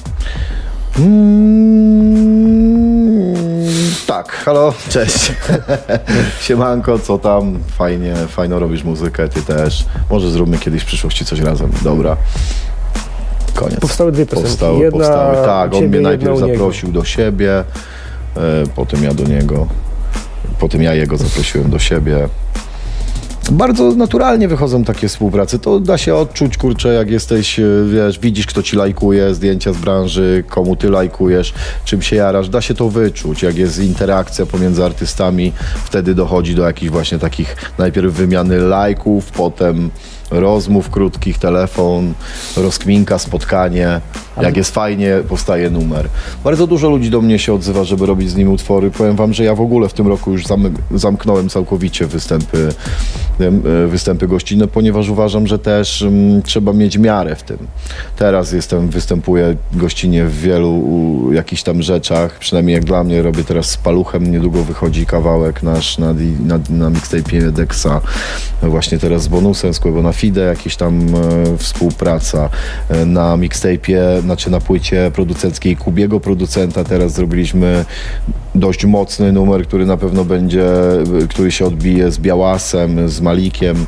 Mm, tak, halo, cześć. Siemanko, co tam? Fajnie, fajno robisz muzykę, ty też. Może zróbmy kiedyś w przyszłości coś razem. Dobra. Koniec. Powstały dwie piosenki. Powstały, Jedna powstały. Tak, u on ciebie, mnie jedna najpierw u niego. zaprosił do siebie, e, potem ja do niego, potem ja jego zaprosiłem do siebie. Bardzo naturalnie wychodzą takie współprace. To da się odczuć, kurczę, jak jesteś, wiesz, widzisz, kto ci lajkuje zdjęcia z branży, komu ty lajkujesz, czym się jarasz. Da się to wyczuć, jak jest interakcja pomiędzy artystami. Wtedy dochodzi do jakichś właśnie takich najpierw wymiany lajków, potem rozmów krótkich, telefon, rozkminka, spotkanie. Jak jest fajnie, powstaje numer. Bardzo dużo ludzi do mnie się odzywa, żeby robić z nimi utwory. Powiem wam, że ja w ogóle w tym roku już zam zamknąłem całkowicie występy, występy gościnne, ponieważ uważam, że też um, trzeba mieć miarę w tym. Teraz jestem, występuję gościnnie w wielu u, jakichś tam rzeczach, przynajmniej jak dla mnie, robię teraz z Paluchem, niedługo wychodzi kawałek nasz na, na, na mixtape'ie Dexa, właśnie teraz z Bonusem, z Kłębo na Fide, jakieś tam e, współpraca. E, na mixtape'ie, znaczy na płycie producenckiej Kubiego producenta teraz zrobiliśmy dość mocny numer, który na pewno będzie, który się odbije z Białasem, z Malikiem.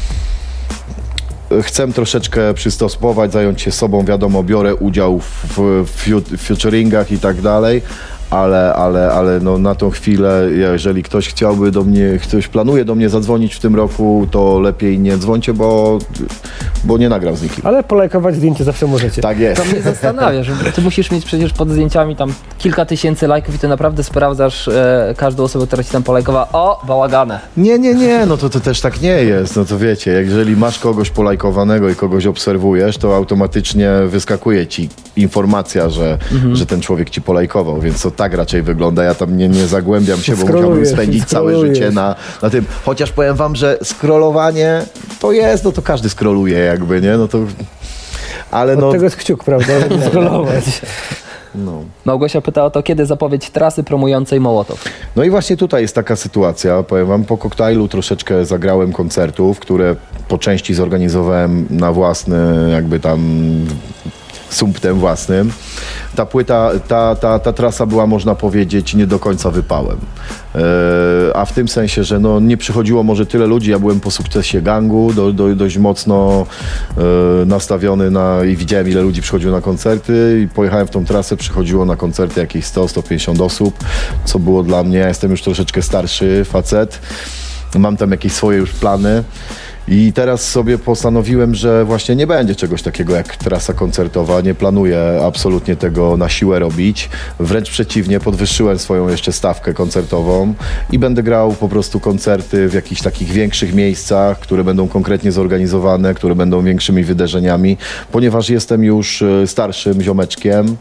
Chcę troszeczkę przystosować, zająć się sobą, wiadomo, biorę udział w, w featuringach i tak dalej, ale, ale, ale no na tą chwilę, jeżeli ktoś chciałby do mnie, ktoś planuje do mnie zadzwonić w tym roku, to lepiej nie dzwońcie, bo bo nie nagrał z nikim. Ale polajkować zdjęcie zawsze możecie. Tak jest. To mnie zastanawia, że ty musisz mieć przecież pod zdjęciami tam kilka tysięcy lajków i ty naprawdę sprawdzasz e, każdą osobę, która ci tam polajkowała. O, bałagane. Nie, nie, nie, no to, to też tak nie jest, no to wiecie, jeżeli masz kogoś polajkowanego i kogoś obserwujesz, to automatycznie wyskakuje ci informacja, że, mhm. że ten człowiek ci polajkował, więc to tak raczej wygląda. Ja tam nie, nie zagłębiam się, bo musiałbym spędzić całe życie na, na tym. Chociaż powiem wam, że scrollowanie to jest, no to każdy scrolluje jakby, nie? No to... Ale Od no... tego jest kciuk, prawda, żeby scrollować. No. Małgosia pyta o to, kiedy zapowiedź trasy promującej Mołotow. No i właśnie tutaj jest taka sytuacja, powiem wam, po koktajlu troszeczkę zagrałem koncertów, które po części zorganizowałem na własny, jakby tam sumptem własnym. Ta płyta, ta, ta, ta trasa była, można powiedzieć, nie do końca wypałem. Yy, a w tym sensie, że no, nie przychodziło może tyle ludzi, ja byłem po sukcesie gangu, do, do, dość mocno yy, nastawiony na i widziałem, ile ludzi przychodziło na koncerty i pojechałem w tą trasę, przychodziło na koncerty jakieś sto do stu pięćdziesięciu osób, co było dla mnie, ja jestem już troszeczkę starszy facet, mam tam jakieś swoje już plany. I teraz sobie postanowiłem, że właśnie nie będzie czegoś takiego jak trasa koncertowa. Nie planuję absolutnie tego na siłę robić. Wręcz przeciwnie, podwyższyłem swoją jeszcze stawkę koncertową i będę grał po prostu koncerty w jakichś takich większych miejscach, które będą konkretnie zorganizowane, które będą większymi wydarzeniami, ponieważ jestem już starszym ziomeczkiem.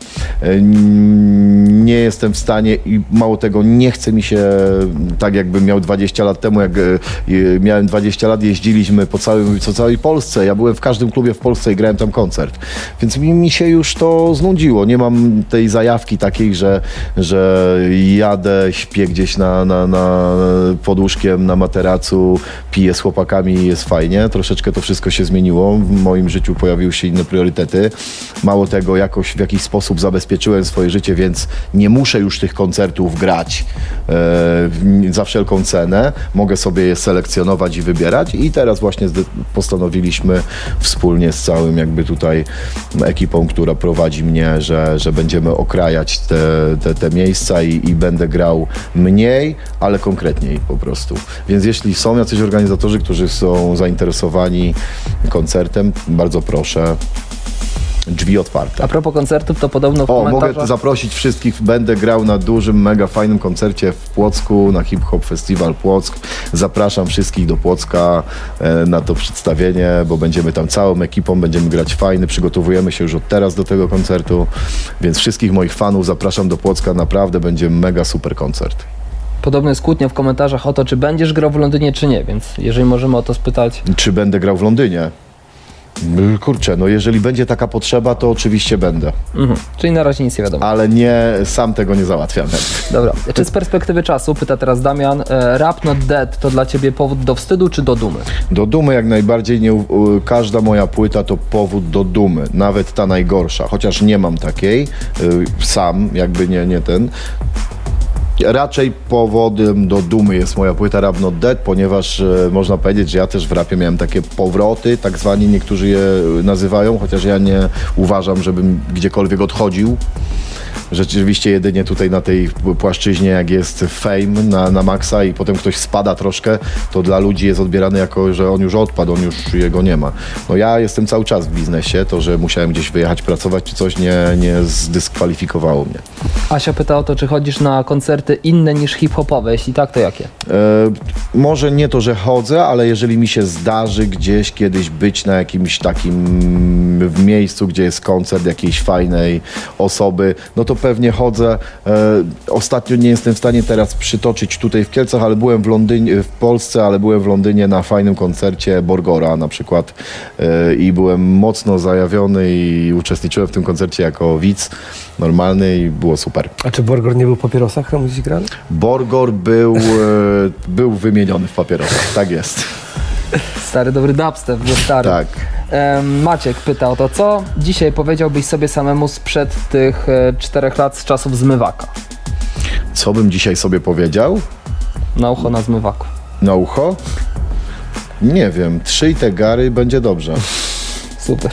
Nie jestem w stanie i mało tego, nie chce mi się tak jakbym miał dwadzieścia lat temu, jak miałem dwadzieścia lat, jeździliśmy po całym, po całej Polsce. Ja byłem w każdym klubie w Polsce i grałem tam koncert. Więc mi, mi się już to znudziło. Nie mam tej zajawki takiej, że, że jadę, śpię gdzieś na, na, na pod łóżkiem, na materacu, piję z chłopakami i jest fajnie. Troszeczkę to wszystko się zmieniło. W moim życiu pojawiły się inne priorytety. Mało tego, jakoś w jakiś sposób zabezpieczyłem swoje życie, więc nie muszę już tych koncertów grać e, za wszelką cenę. Mogę sobie je selekcjonować i wybierać i teraz właśnie postanowiliśmy wspólnie z całym jakby tutaj ekipą, która prowadzi mnie, że, że będziemy okrajać te, te, te miejsca i, i będę grał mniej, ale konkretniej po prostu. Więc jeśli są jacyś organizatorzy, którzy są zainteresowani koncertem, bardzo proszę. Drzwi otwarte. A propos koncertów, to podobno w O, komentarzach... mogę zaprosić wszystkich, będę grał na dużym, mega fajnym koncercie w Płocku, na Hip Hop Festival Płock. Zapraszam wszystkich do Płocka e, na to przedstawienie, bo będziemy tam całą ekipą, będziemy grać fajny, przygotowujemy się już od teraz do tego koncertu, więc wszystkich moich fanów zapraszam do Płocka, naprawdę będzie mega super koncert. Podobno jest kłótnia w komentarzach o to, czy będziesz grał w Londynie, czy nie, więc jeżeli możemy o to spytać... Czy będę grał w Londynie? Kurczę, no jeżeli będzie taka potrzeba, to oczywiście będę. Mhm. Czyli na razie nic nie wiadomo. Ale nie, sam tego nie załatwiam. Dobra. Czy z perspektywy czasu, pyta teraz Damian, e, Rap Not Dead to dla ciebie powód do wstydu czy do dumy? Do dumy jak najbardziej. Nie, u, każda moja płyta to powód do dumy. Nawet ta najgorsza. Chociaż nie mam takiej. Y, sam, jakby nie, nie ten. Raczej powodem do dumy jest moja płyta Rap Not Dead, ponieważ e, można powiedzieć, że ja też w rapie miałem takie powroty, tak zwani niektórzy je nazywają, chociaż ja nie uważam, żebym gdziekolwiek odchodził. Rzeczywiście jedynie tutaj na tej płaszczyźnie, jak jest fame na, na maksa i potem ktoś spada troszkę, to dla ludzi jest odbierane jako, że on już odpadł, on już jego nie ma. No ja jestem cały czas w biznesie, to, że musiałem gdzieś wyjechać pracować czy coś, nie, nie zdyskwalifikowało mnie. Asia pyta o to, czy chodzisz na koncerty inne niż hip-hopowe, jeśli tak, to jakie? E, może nie to, że chodzę, ale jeżeli mi się zdarzy gdzieś kiedyś być na jakimś takim w miejscu, gdzie jest koncert jakiejś fajnej osoby, no to pewnie chodzę. E, ostatnio nie jestem w stanie teraz przytoczyć tutaj w Kielcach, ale byłem w Londynie, w Polsce, ale byłem w Londynie na fajnym koncercie Borgora na przykład e, i byłem mocno zajawiony i uczestniczyłem w tym koncercie jako widz normalny i było super. A czy Borgor nie był w papierosach tam gdzieś grany? Borgor był, e, był wymieniony w papierosach, tak jest. Stary, dobry dubstep, był stary. Tak. Um, Maciek pyta o to, co dzisiaj powiedziałbyś sobie samemu sprzed tych e, czterech lat z czasów zmywaka? Co bym dzisiaj sobie powiedział? Na ucho na zmywaku. Na ucho? Nie wiem, trzyj te gary, będzie dobrze. Super.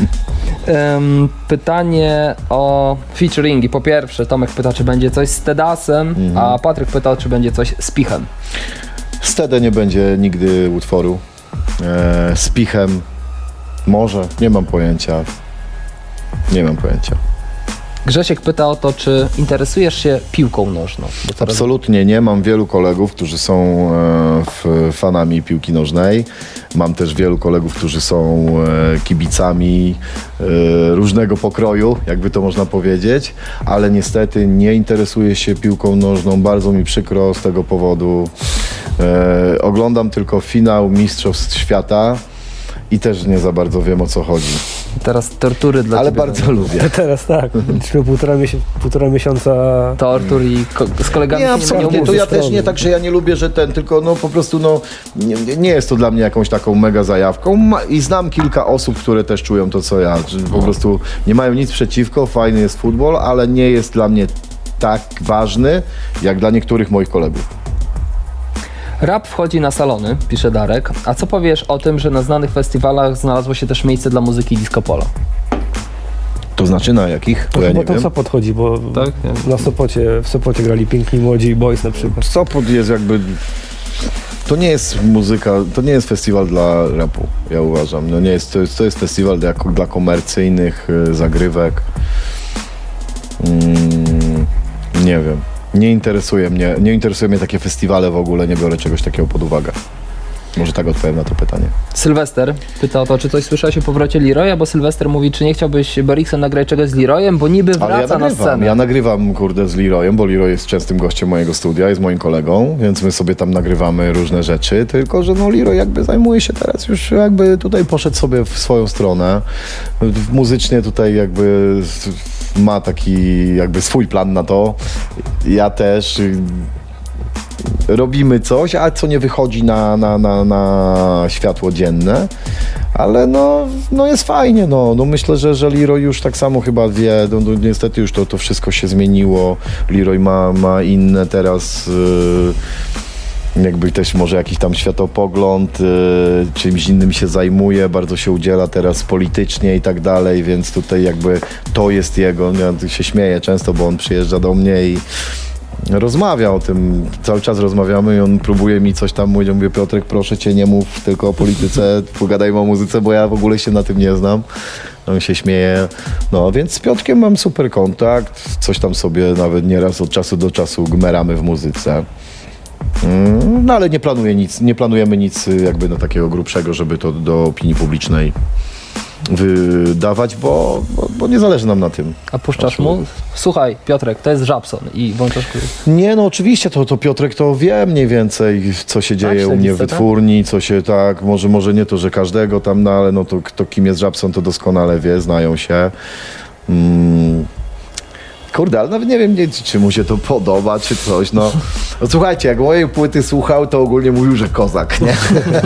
um, pytanie o featuringi. Po pierwsze, Tomek pyta, czy będzie coś z Tedasem, mhm. a Patryk pytał, czy będzie coś z Pichem. Z Tede nie będzie nigdy utworu. E, z Pichem Może, nie mam pojęcia. Nie mam pojęcia. Grzesiek pyta o to, czy interesujesz się piłką nożną? Bo teraz... Absolutnie nie. Mam wielu kolegów, którzy są e, f, fanami piłki nożnej. Mam też wielu kolegów, którzy są e, kibicami e, różnego pokroju, jakby to można powiedzieć, ale niestety nie interesuję się piłką nożną. Bardzo mi przykro z tego powodu. E, oglądam tylko finał Mistrzostw Świata i też nie za bardzo wiem, o co chodzi. Teraz tortury dla Ale ciebie. bardzo lubię. Teraz tak, mieliśmy półtora, miesię- półtora miesiąca. Tortur i ko- z kolegami Nie, się absolutnie, nie to ja strony. też nie tak, że ja nie lubię, że ten, tylko no po prostu no nie, nie jest to dla mnie jakąś taką mega zajawką Ma, i znam kilka osób, które też czują to, co ja, że po prostu nie mają nic przeciwko, fajny jest futbol, ale nie jest dla mnie tak ważny, jak dla niektórych moich kolegów. Rap wchodzi na salony, pisze Darek. A co powiesz o tym, że na znanych festiwalach znalazło się też miejsce dla muzyki disco polo? To znaczy na jakich? To To ja chyba nie ten wiem. Sopot chodzi, bo Tak? na Sopocie, w Sopocie grali Piękni Młodzi Boys na przykład. Sopot jest jakby... To nie jest muzyka, to nie jest festiwal dla rapu, ja uważam. No nie jest, to, jest, to jest festiwal dla, dla komercyjnych y, zagrywek. Mm, nie wiem. Nie interesuje mnie, nie interesuje mnie takie festiwale w ogóle, nie biorę czegoś takiego pod uwagę. Może tak odpowiem na to pytanie. Sylwester pyta o to, czy coś słyszałeś o powrocie Leroya, bo Sylwester mówi, czy nie chciałbyś Borikson nagrać czegoś z Leroyem, bo niby Ale ja wraca na nagrywam, scenę. ja nagrywam kurde z Leroyem, bo Leroy jest częstym gościem mojego studia, jest moim kolegą, więc my sobie tam nagrywamy różne rzeczy, tylko że no Leroy jakby zajmuje się teraz już jakby tutaj poszedł sobie w swoją stronę. Muzycznie tutaj jakby ma taki jakby swój plan na to. Ja też robimy coś, a co nie wychodzi na, na, na, na światło dzienne, ale no, no jest fajnie, no. No myślę, że, że Leroy już tak samo chyba wie, no, no niestety już to, to wszystko się zmieniło, Leroy ma, ma inne teraz yy, jakby też może jakiś tam światopogląd, yy, czymś innym się zajmuje, bardzo się udziela teraz politycznie i tak dalej, więc tutaj jakby to jest jego, ja się śmieję często, bo on przyjeżdża do mnie i rozmawia o tym, cały czas rozmawiamy i on próbuje mi coś tam mówić, ja mówię, Piotrek, proszę cię, nie mów tylko o polityce, pogadajmy o muzyce, bo ja w ogóle się na tym nie znam. On się śmieje. No, więc z Piotrkiem mam super kontakt, coś tam sobie nawet nieraz od czasu do czasu gmeramy w muzyce. Mm, no ale nie planuję nic, nie planujemy nic jakby no takiego grubszego, żeby to do opinii publicznej wydawać, bo, bo, bo nie zależy nam na tym. A puszczasz mu? Słuchaj, Piotrek, to jest Żabson i włączasz... Nie, no oczywiście, to, to Piotrek to wie mniej więcej, co się dzieje Tak, u mnie w śledziste, wytwórni, co się tak, może, może nie to, że każdego tam, no ale no to kto kim jest Żabson, to doskonale wie, znają się. Mm. Kurde, ale nawet nie wiem, nie, czy mu się to podoba, czy coś, no. No słuchajcie, jak mojej płyty słuchał, to ogólnie mówił, że kozak, nie?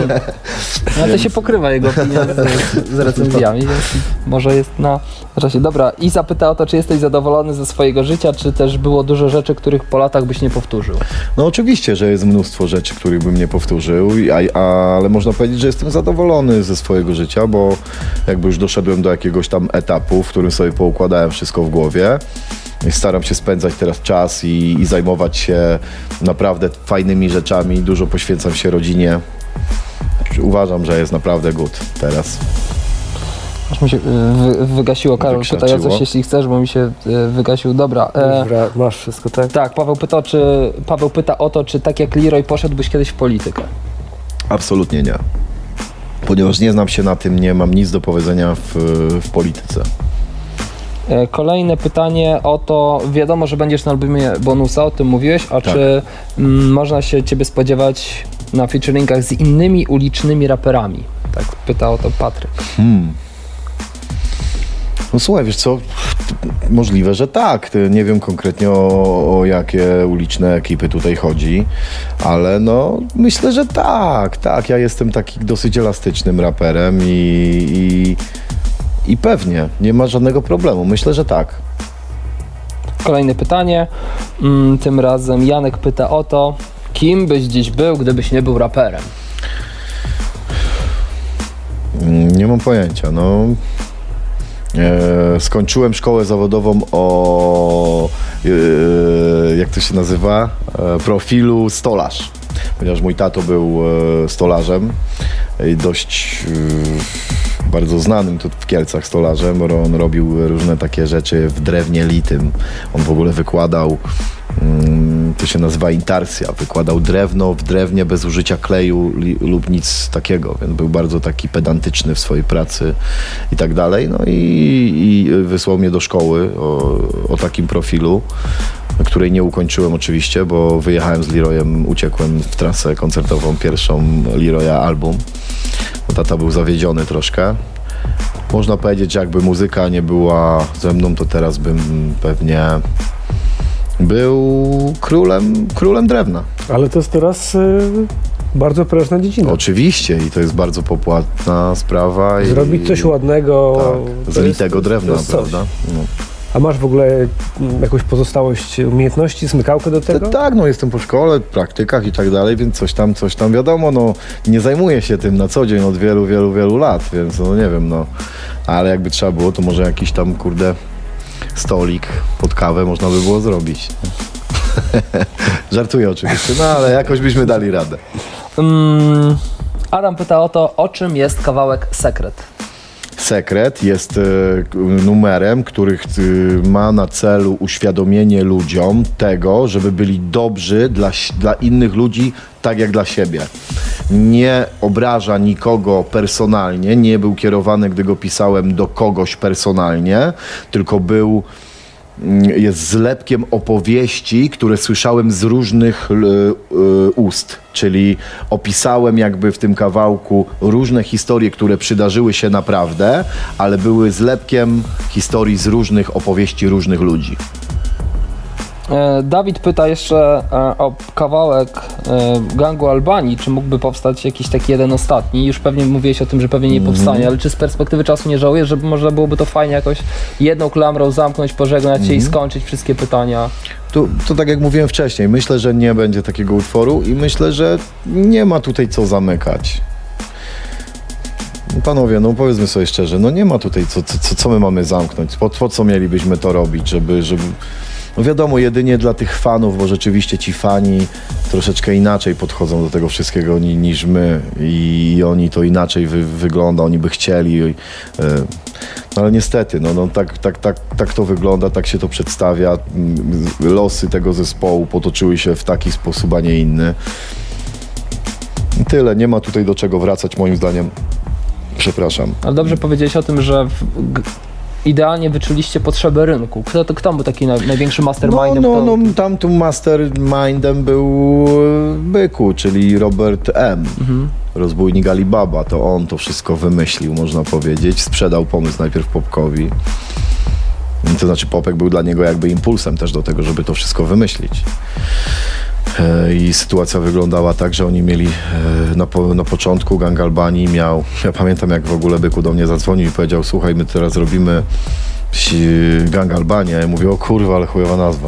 No to się pokrywa jego opinia z, z recenzjami, więc może jest na czasie. Dobra, i zapyta o to, czy jesteś zadowolony ze swojego życia, czy też było dużo rzeczy, których po latach byś nie powtórzył? No oczywiście, że jest mnóstwo rzeczy, których bym nie powtórzył, a, a, ale można powiedzieć, że jestem zadowolony ze swojego życia, bo jakby już doszedłem do jakiegoś tam etapu, w którym sobie poukładałem wszystko w głowie. I staram się spędzać teraz czas i, i zajmować się naprawdę fajnymi rzeczami. Dużo poświęcam się rodzinie. Uważam, że jest naprawdę good teraz. Aż mi się y, wy, wygasiło. Karol pyta o Wykrzaczyło. coś, jeśli chcesz, bo mi się y, wygasił. Dobra. E, Dobra, masz wszystko, tak? tak, Paweł pyta, czy, Paweł pyta o to, czy tak jak Leroy poszedłbyś kiedyś w politykę. Absolutnie nie. Ponieważ nie znam się na tym, nie mam nic do powiedzenia w, w polityce. E, Kolejne pytanie o to, wiadomo, że będziesz na albumie Bonusa, o tym mówiłeś, a Tak. czy m, można się ciebie spodziewać na featuringach z innymi ulicznymi raperami? Tak pyta o to Patryk. Hmm. No słuchaj, wiesz co, możliwe, że tak. Ty- Nie wiem konkretnie o, o jakie uliczne ekipy tutaj chodzi, ale no myślę, że tak, tak. Ja jestem taki dosyć elastycznym raperem i, i, i pewnie nie ma żadnego problemu. Myślę, że tak. Kolejne pytanie, mm, tym razem Janek pyta o to, kim byś dziś był, gdybyś nie był raperem? Mm, Nie mam pojęcia, no. E, skończyłem szkołę zawodową o, e, jak to się nazywa, e, profilu stolarz, ponieważ mój tato był e, stolarzem i dość, e, bardzo znanym tu w Kielcach stolarzem, bo on robił różne takie rzeczy w drewnie litym. On w ogóle wykładał, mm, to się nazywa intarsja, wykładał drewno w drewnie bez użycia kleju li, lub nic takiego, więc był bardzo taki pedantyczny w swojej pracy i tak dalej. No i, i wysłał mnie do szkoły o, o takim profilu, której nie ukończyłem oczywiście, bo wyjechałem z Leroyem, uciekłem w trasę koncertową pierwszą Leroya album, bo tata był zawiedziony troszkę. Można powiedzieć, że jakby muzyka nie była ze mną, to teraz bym pewnie był królem, królem drewna. Ale to jest teraz y, bardzo prężna dziedzina. Oczywiście i to jest bardzo popłatna sprawa. Zrobić i, coś ładnego. Tak, z litego jest, drewna, to jest prawda? No. A masz w ogóle mm, jakąś pozostałość umiejętności, smykałkę do tego? Tak, no jestem po szkole, praktykach i tak dalej, więc coś tam, coś tam wiadomo, no nie zajmuję się tym na co dzień od wielu, wielu, wielu lat, więc no nie wiem, no. Ale jakby trzeba było, to może jakiś tam, kurde, stolik pod kawę można by było zrobić. Żartuję oczywiście, no ale jakoś byśmy dali radę. Um, Adam pyta o to, o czym jest kawałek Sekret. Sekret jest e, numerem, który ch- ma na celu uświadomienie ludziom tego, żeby byli dobrzy dla, ś- dla innych ludzi, tak jak dla siebie. Nie obraża nikogo personalnie, nie był kierowany, gdy go pisałem, do kogoś personalnie, tylko był jest zlepkiem opowieści, które słyszałem z różnych y, y, ust, czyli opisałem jakby w tym kawałku różne historie, które przydarzyły się naprawdę, ale były zlepkiem historii z różnych opowieści różnych ludzi. E, Dawid pyta jeszcze e, o kawałek e, Gangu Albanii, czy mógłby powstać jakiś taki jeden ostatni. Już pewnie mówiłeś o tym, że pewnie nie powstanie, ale czy z perspektywy czasu nie żałujesz, że można byłoby to fajnie jakoś jedną klamrą zamknąć, pożegnać się i skończyć wszystkie pytania? To, to tak jak mówiłem wcześniej, myślę, że nie będzie takiego utworu i myślę, że nie ma tutaj co zamykać. Panowie, no powiedzmy sobie szczerze, no nie ma tutaj co, co, co my mamy zamknąć, po, po co mielibyśmy to robić, żeby... żeby... No wiadomo, jedynie dla tych fanów, bo rzeczywiście ci fani troszeczkę inaczej podchodzą do tego wszystkiego ni, niż my i oni to inaczej wy, wygląda, oni by chcieli, yy, no ale niestety, no, no tak, tak, tak, tak to wygląda, tak się to przedstawia, losy tego zespołu potoczyły się w taki sposób, a nie inny. I tyle, nie ma tutaj do czego wracać moim zdaniem, przepraszam. Ale dobrze powiedziałeś o tym, że w, g, idealnie wyczuliście potrzeby rynku. Kto, to, kto był taki naj, największy mastermindem? No, no, kto... no tam tu mastermindem był Byku, czyli Robert M. Mhm. Rozbójnik Alibaba. To on to wszystko wymyślił, można powiedzieć. Sprzedał pomysł najpierw Popkowi. To znaczy Popek był dla niego jakby impulsem też do tego, żeby to wszystko wymyślić. I sytuacja wyglądała tak, że oni mieli na, po, na początku Gang Albanii miał, ja pamiętam jak w ogóle Byku do mnie zadzwonił i powiedział, słuchaj, my teraz robimy Gang Albania. Ja mówię, o kurwa, ale chujowa nazwa.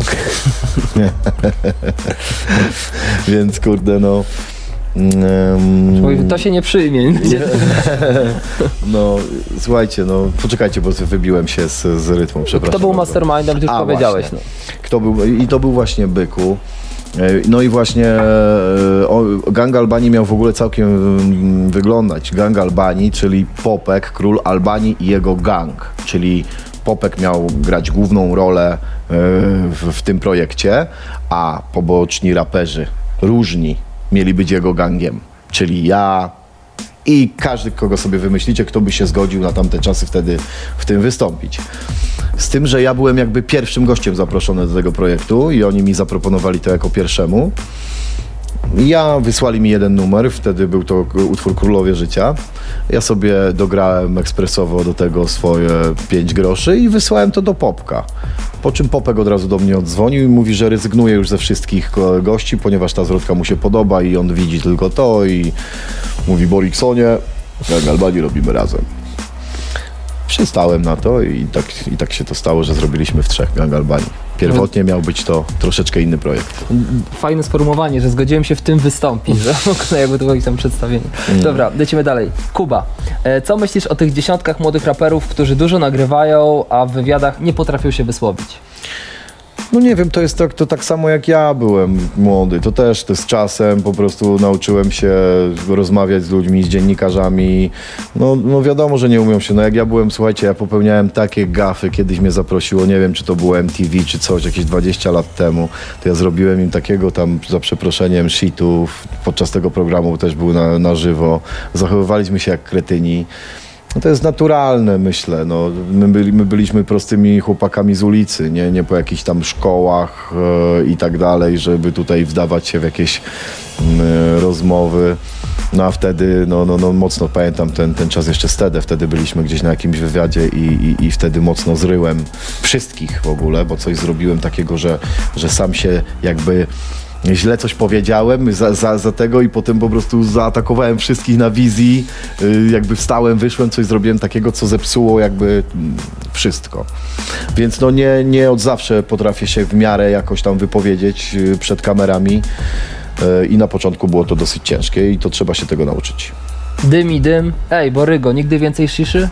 Więc kurde, no... Um, to się nie przyjmie. No, słuchajcie, no, poczekajcie, bo wybiłem się z, z rytmu, przepraszam. Kto był mastermindem, ty już A, powiedziałeś. No. Kto był, i to był właśnie Byku. No i właśnie o, Gang Albanii miał w ogóle całkiem wyglądać. Gang Albanii, czyli Popek, król Albanii i jego gang. Czyli Popek miał grać główną rolę w, w tym projekcie, a poboczni raperzy, różni, mieli być jego gangiem. Czyli ja i każdy, kogo sobie wymyślicie, kto by się zgodził na tamte czasy wtedy w tym wystąpić. Z tym, że ja byłem jakby pierwszym gościem zaproszony do tego projektu i oni mi zaproponowali to jako pierwszemu. Ja wysłali mi jeden numer, wtedy był to utwór Królowie Życia. Ja sobie dograłem ekspresowo do tego swoje pięć groszy i wysłałem to do Popka. Po czym Popek od razu do mnie odzwonił i mówi, że rezygnuje już ze wszystkich gości, ponieważ ta zwrotka mu się podoba i on widzi tylko to i mówi, Boriksonie, Gang Albanii robimy razem. Przystałem na to i tak, i tak się to stało, że zrobiliśmy w trzech Gang Albanii. Pierwotnie miał być to troszeczkę inny projekt. Fajne sformułowanie, że zgodziłem się w tym wystąpić, że jakby to było tam przedstawienie. Dobra, lecimy dalej. Kuba, co myślisz o tych dziesiątkach młodych raperów, którzy dużo nagrywają, a w wywiadach nie potrafią się wysłowić? No nie wiem, to jest tak, to tak samo jak ja byłem młody. To też to z czasem po prostu nauczyłem się rozmawiać z ludźmi, z dziennikarzami. No, no wiadomo, że nie umią się. No jak ja byłem, słuchajcie, ja popełniałem takie gafy, kiedyś mnie zaprosiło, nie wiem, czy to było M T V, czy coś, jakieś dwadzieścia lat temu. To ja zrobiłem im takiego tam, za przeproszeniem, shitów. Podczas tego programu też był na, na żywo. Zachowywaliśmy się jak kretyni. No to jest naturalne, myślę. No, my, byli, my byliśmy prostymi chłopakami z ulicy, nie, nie po jakichś tam szkołach e, i tak dalej, żeby tutaj wdawać się w jakieś e, rozmowy. No a wtedy, no, no, no mocno pamiętam ten, ten czas jeszcze wtedy. Wtedy byliśmy gdzieś na jakimś wywiadzie i, i, i wtedy mocno zryłem wszystkich w ogóle, bo coś zrobiłem takiego, że, że sam się jakby... źle coś powiedziałem za, za, za tego i potem po prostu zaatakowałem wszystkich na wizji, yy, jakby wstałem, wyszłem, coś zrobiłem takiego, co zepsuło jakby mm, wszystko. Więc no nie, nie od zawsze potrafię się w miarę jakoś tam wypowiedzieć yy, przed kamerami yy, i na początku było to dosyć ciężkie i to trzeba się tego nauczyć. Dym i dym. Ej, Borygo, nigdy więcej sziszy?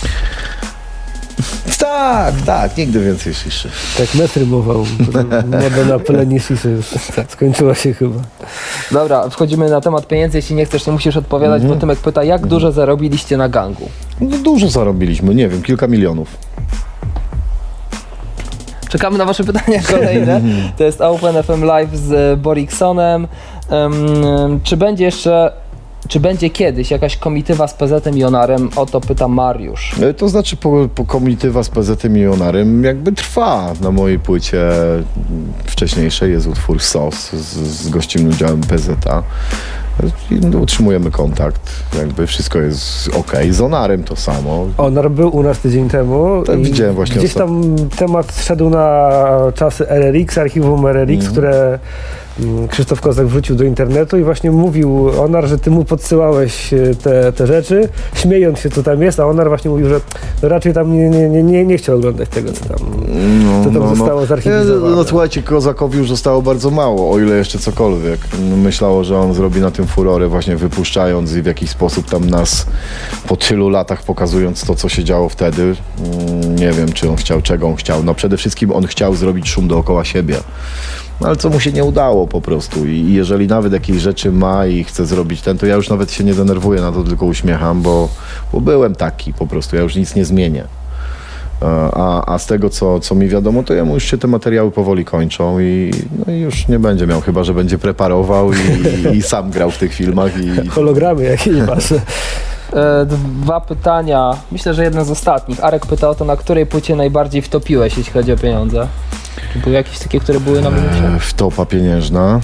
Tak, tak, nigdy więcej szyszy. Tak metry mował. Moda na palenie szyszy już skończyła się chyba. Dobra, wchodzimy na temat pieniędzy. Jeśli nie chcesz, nie musisz odpowiadać, Mhm. bo Tymek pyta, jak Mhm. dużo zarobiliście na gangu? No dużo zarobiliśmy, nie wiem, kilka milionów. Czekamy na wasze pytania kolejne. To jest Open F M Live z Boriksonem. Um, czy będzie jeszcze... Czy będzie kiedyś jakaś komitywa z P Z-em i Onarem? O to pyta Mariusz. To znaczy po, po komitywa z P Z-em i Onarem jakby trwa. Na mojej płycie wcześniejszej jest utwór S O S z, z gościnnym udziałem P Z-a. Utrzymujemy kontakt, jakby wszystko jest ok. Z Onarem to samo. Onar był u nas tydzień temu. Tak, i widziałem właśnie Gdzieś tam temat szedł na czasy R R X, archiwum R R X, Mhm. które mm, Krzysztof Kozak wrzucił do internetu i właśnie mówił Onar, że ty mu podsyłałeś e, te, te rzeczy, śmiejąc się, co tam jest, a Onar właśnie mówił, że no raczej tam nie, nie, nie, nie, nie chciał oglądać tego, co tam, No, co tam no, zostało no. zarchiwizowane. No, no słuchajcie, Kozakowi już zostało bardzo mało, o ile jeszcze cokolwiek. Myślało, że on zrobi na tym furorę, właśnie wypuszczając i w jakiś sposób tam nas po tylu latach pokazując to, co się działo wtedy. Mm, Nie wiem, czy on chciał, czego on chciał. No przede wszystkim on chciał zrobić szum dookoła siebie. No ale co mu się nie udało po prostu. I jeżeli nawet jakieś rzeczy ma i chce zrobić ten, to ja już nawet się nie denerwuję na to, tylko uśmiecham, bo, bo byłem taki po prostu. Ja już nic nie zmienię. A, a z tego, co, co mi wiadomo, to jemu już się te materiały powoli kończą i, no i już nie będzie miał, chyba że będzie preparował i, i, i sam grał w tych filmach. I, Hologramy jakieś wasze. E, dwa pytania. Myślę, że jeden z ostatnich. Arek pyta o to, na której płycie najbardziej wtopiłeś, jeśli chodzi o pieniądze. Czy były jakieś takie, które były na minusie? Wtopa pieniężna.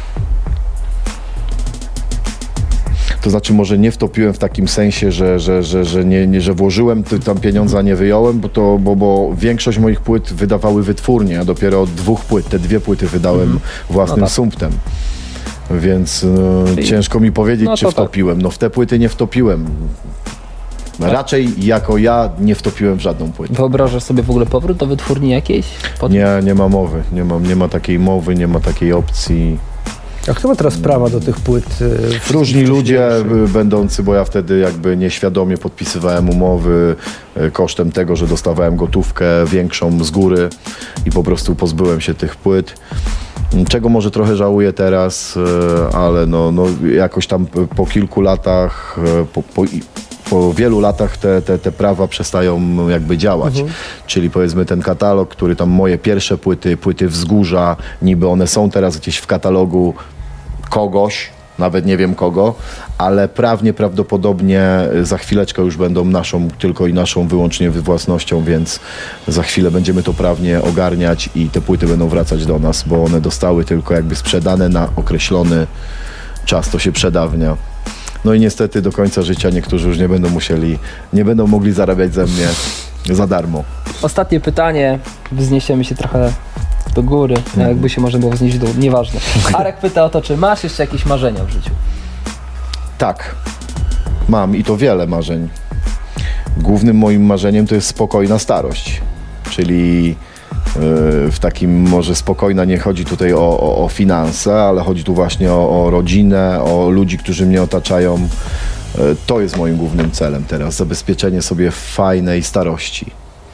To znaczy może nie wtopiłem w takim sensie, że, że, że, że, nie, nie, że włożyłem ty- tam pieniądze, a nie wyjąłem, bo, to, bo, bo większość moich płyt wydawały wytwórnie, a dopiero od dwóch płyt, te dwie płyty wydałem Mhm. własnym No tak. sumptem. Więc e, Czyli- ciężko mi powiedzieć, no czy to tak. wtopiłem. No w te płyty nie wtopiłem. Raczej jako ja nie wtopiłem w żadną płytę. Wyobrażasz sobie w ogóle powrót do wytwórni jakiejś? Pod... Nie, nie ma mowy. Nie ma, nie ma takiej mowy, nie ma takiej opcji. A kto ma teraz prawa do tych płyt? e, Różni ludzie wcześniejszych? y, będący, bo ja wtedy jakby nieświadomie podpisywałem umowy y, kosztem tego, że dostawałem gotówkę większą z góry i po prostu pozbyłem się tych płyt. Czego może trochę żałuję teraz, y, ale no, no jakoś tam p- po kilku latach, y, po, po, i- po wielu latach te, te, te prawa przestają jakby działać. Mhm. Czyli powiedzmy ten katalog, który tam moje pierwsze płyty, płyty Wzgórza, niby one są teraz gdzieś w katalogu kogoś, nawet nie wiem kogo, ale prawnie prawdopodobnie za chwileczkę już będą naszą, tylko i naszą wyłącznie własnością, więc za chwilę będziemy to prawnie ogarniać i te płyty będą wracać do nas, bo one dostały tylko jakby sprzedane na określony czas, to się przedawnia. No i niestety do końca życia niektórzy już nie będą musieli, nie będą mogli zarabiać ze mnie za darmo. Ostatnie pytanie. Wzniesiemy się trochę do góry. A jakby się można było wznieść w dół. Nieważne. Arek pyta o to, czy masz jeszcze jakieś marzenia w życiu? Tak, mam i to wiele marzeń. Głównym moim marzeniem to jest spokojna starość, czyli yy, w takim może spokojna nie chodzi tutaj o, o, o finanse, ale chodzi tu właśnie o, o rodzinę, o ludzi, którzy mnie otaczają. Yy, to jest moim głównym celem teraz, zabezpieczenie sobie fajnej starości.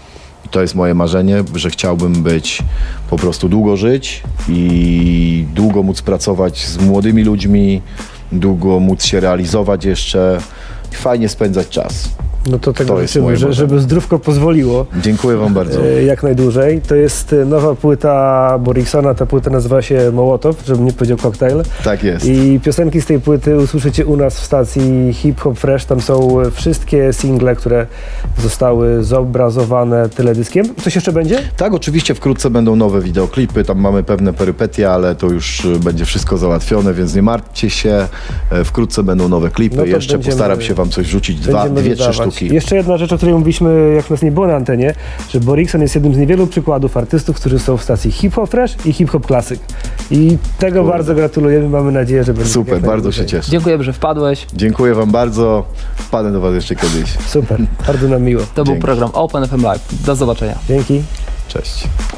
To jest moje marzenie, że chciałbym być, po prostu długo żyć i długo móc pracować z młodymi ludźmi, długo móc się realizować jeszcze i fajnie spędzać czas. No to tego To jest życzymy, moje że, marzenie. żeby zdrówko pozwoliło. Dziękuję wam bardzo. E, Jak najdłużej. To jest e, nowa płyta Boriksona, ta płyta nazywa się Mołotow, żebym nie powiedział Cocktail. Tak jest. I piosenki z tej płyty usłyszycie u nas w stacji Hip Hop Fresh. Tam są wszystkie single, które zostały zobrazowane teledyskiem. Coś jeszcze będzie? Tak, oczywiście wkrótce będą nowe wideoklipy, tam mamy pewne perypetie, ale to już y, będzie wszystko załatwione, więc nie martwcie się. E, Wkrótce będą nowe klipy, No to jeszcze będziemy- postaram się wam coś rzucić, dwa, Będziemy dwie, trzy dodawać. sztuki. Jeszcze jedna rzecz, o której mówiliśmy, jak nas nie było na antenie, że Borikson jest jednym z niewielu przykładów artystów, którzy są w stacji Hip Hop Fresh i Hip Hop Classic. I tego Kurde. bardzo gratulujemy, mamy nadzieję, że będzie Super, jak bardzo się najdłużej. cieszę. Dziękuję, że wpadłeś. Dziękuję wam bardzo, wpadnę do was jeszcze kiedyś. Super, bardzo nam miło. To był Dzięki. program Open F M Live. Do zobaczenia. Dzięki. Cześć.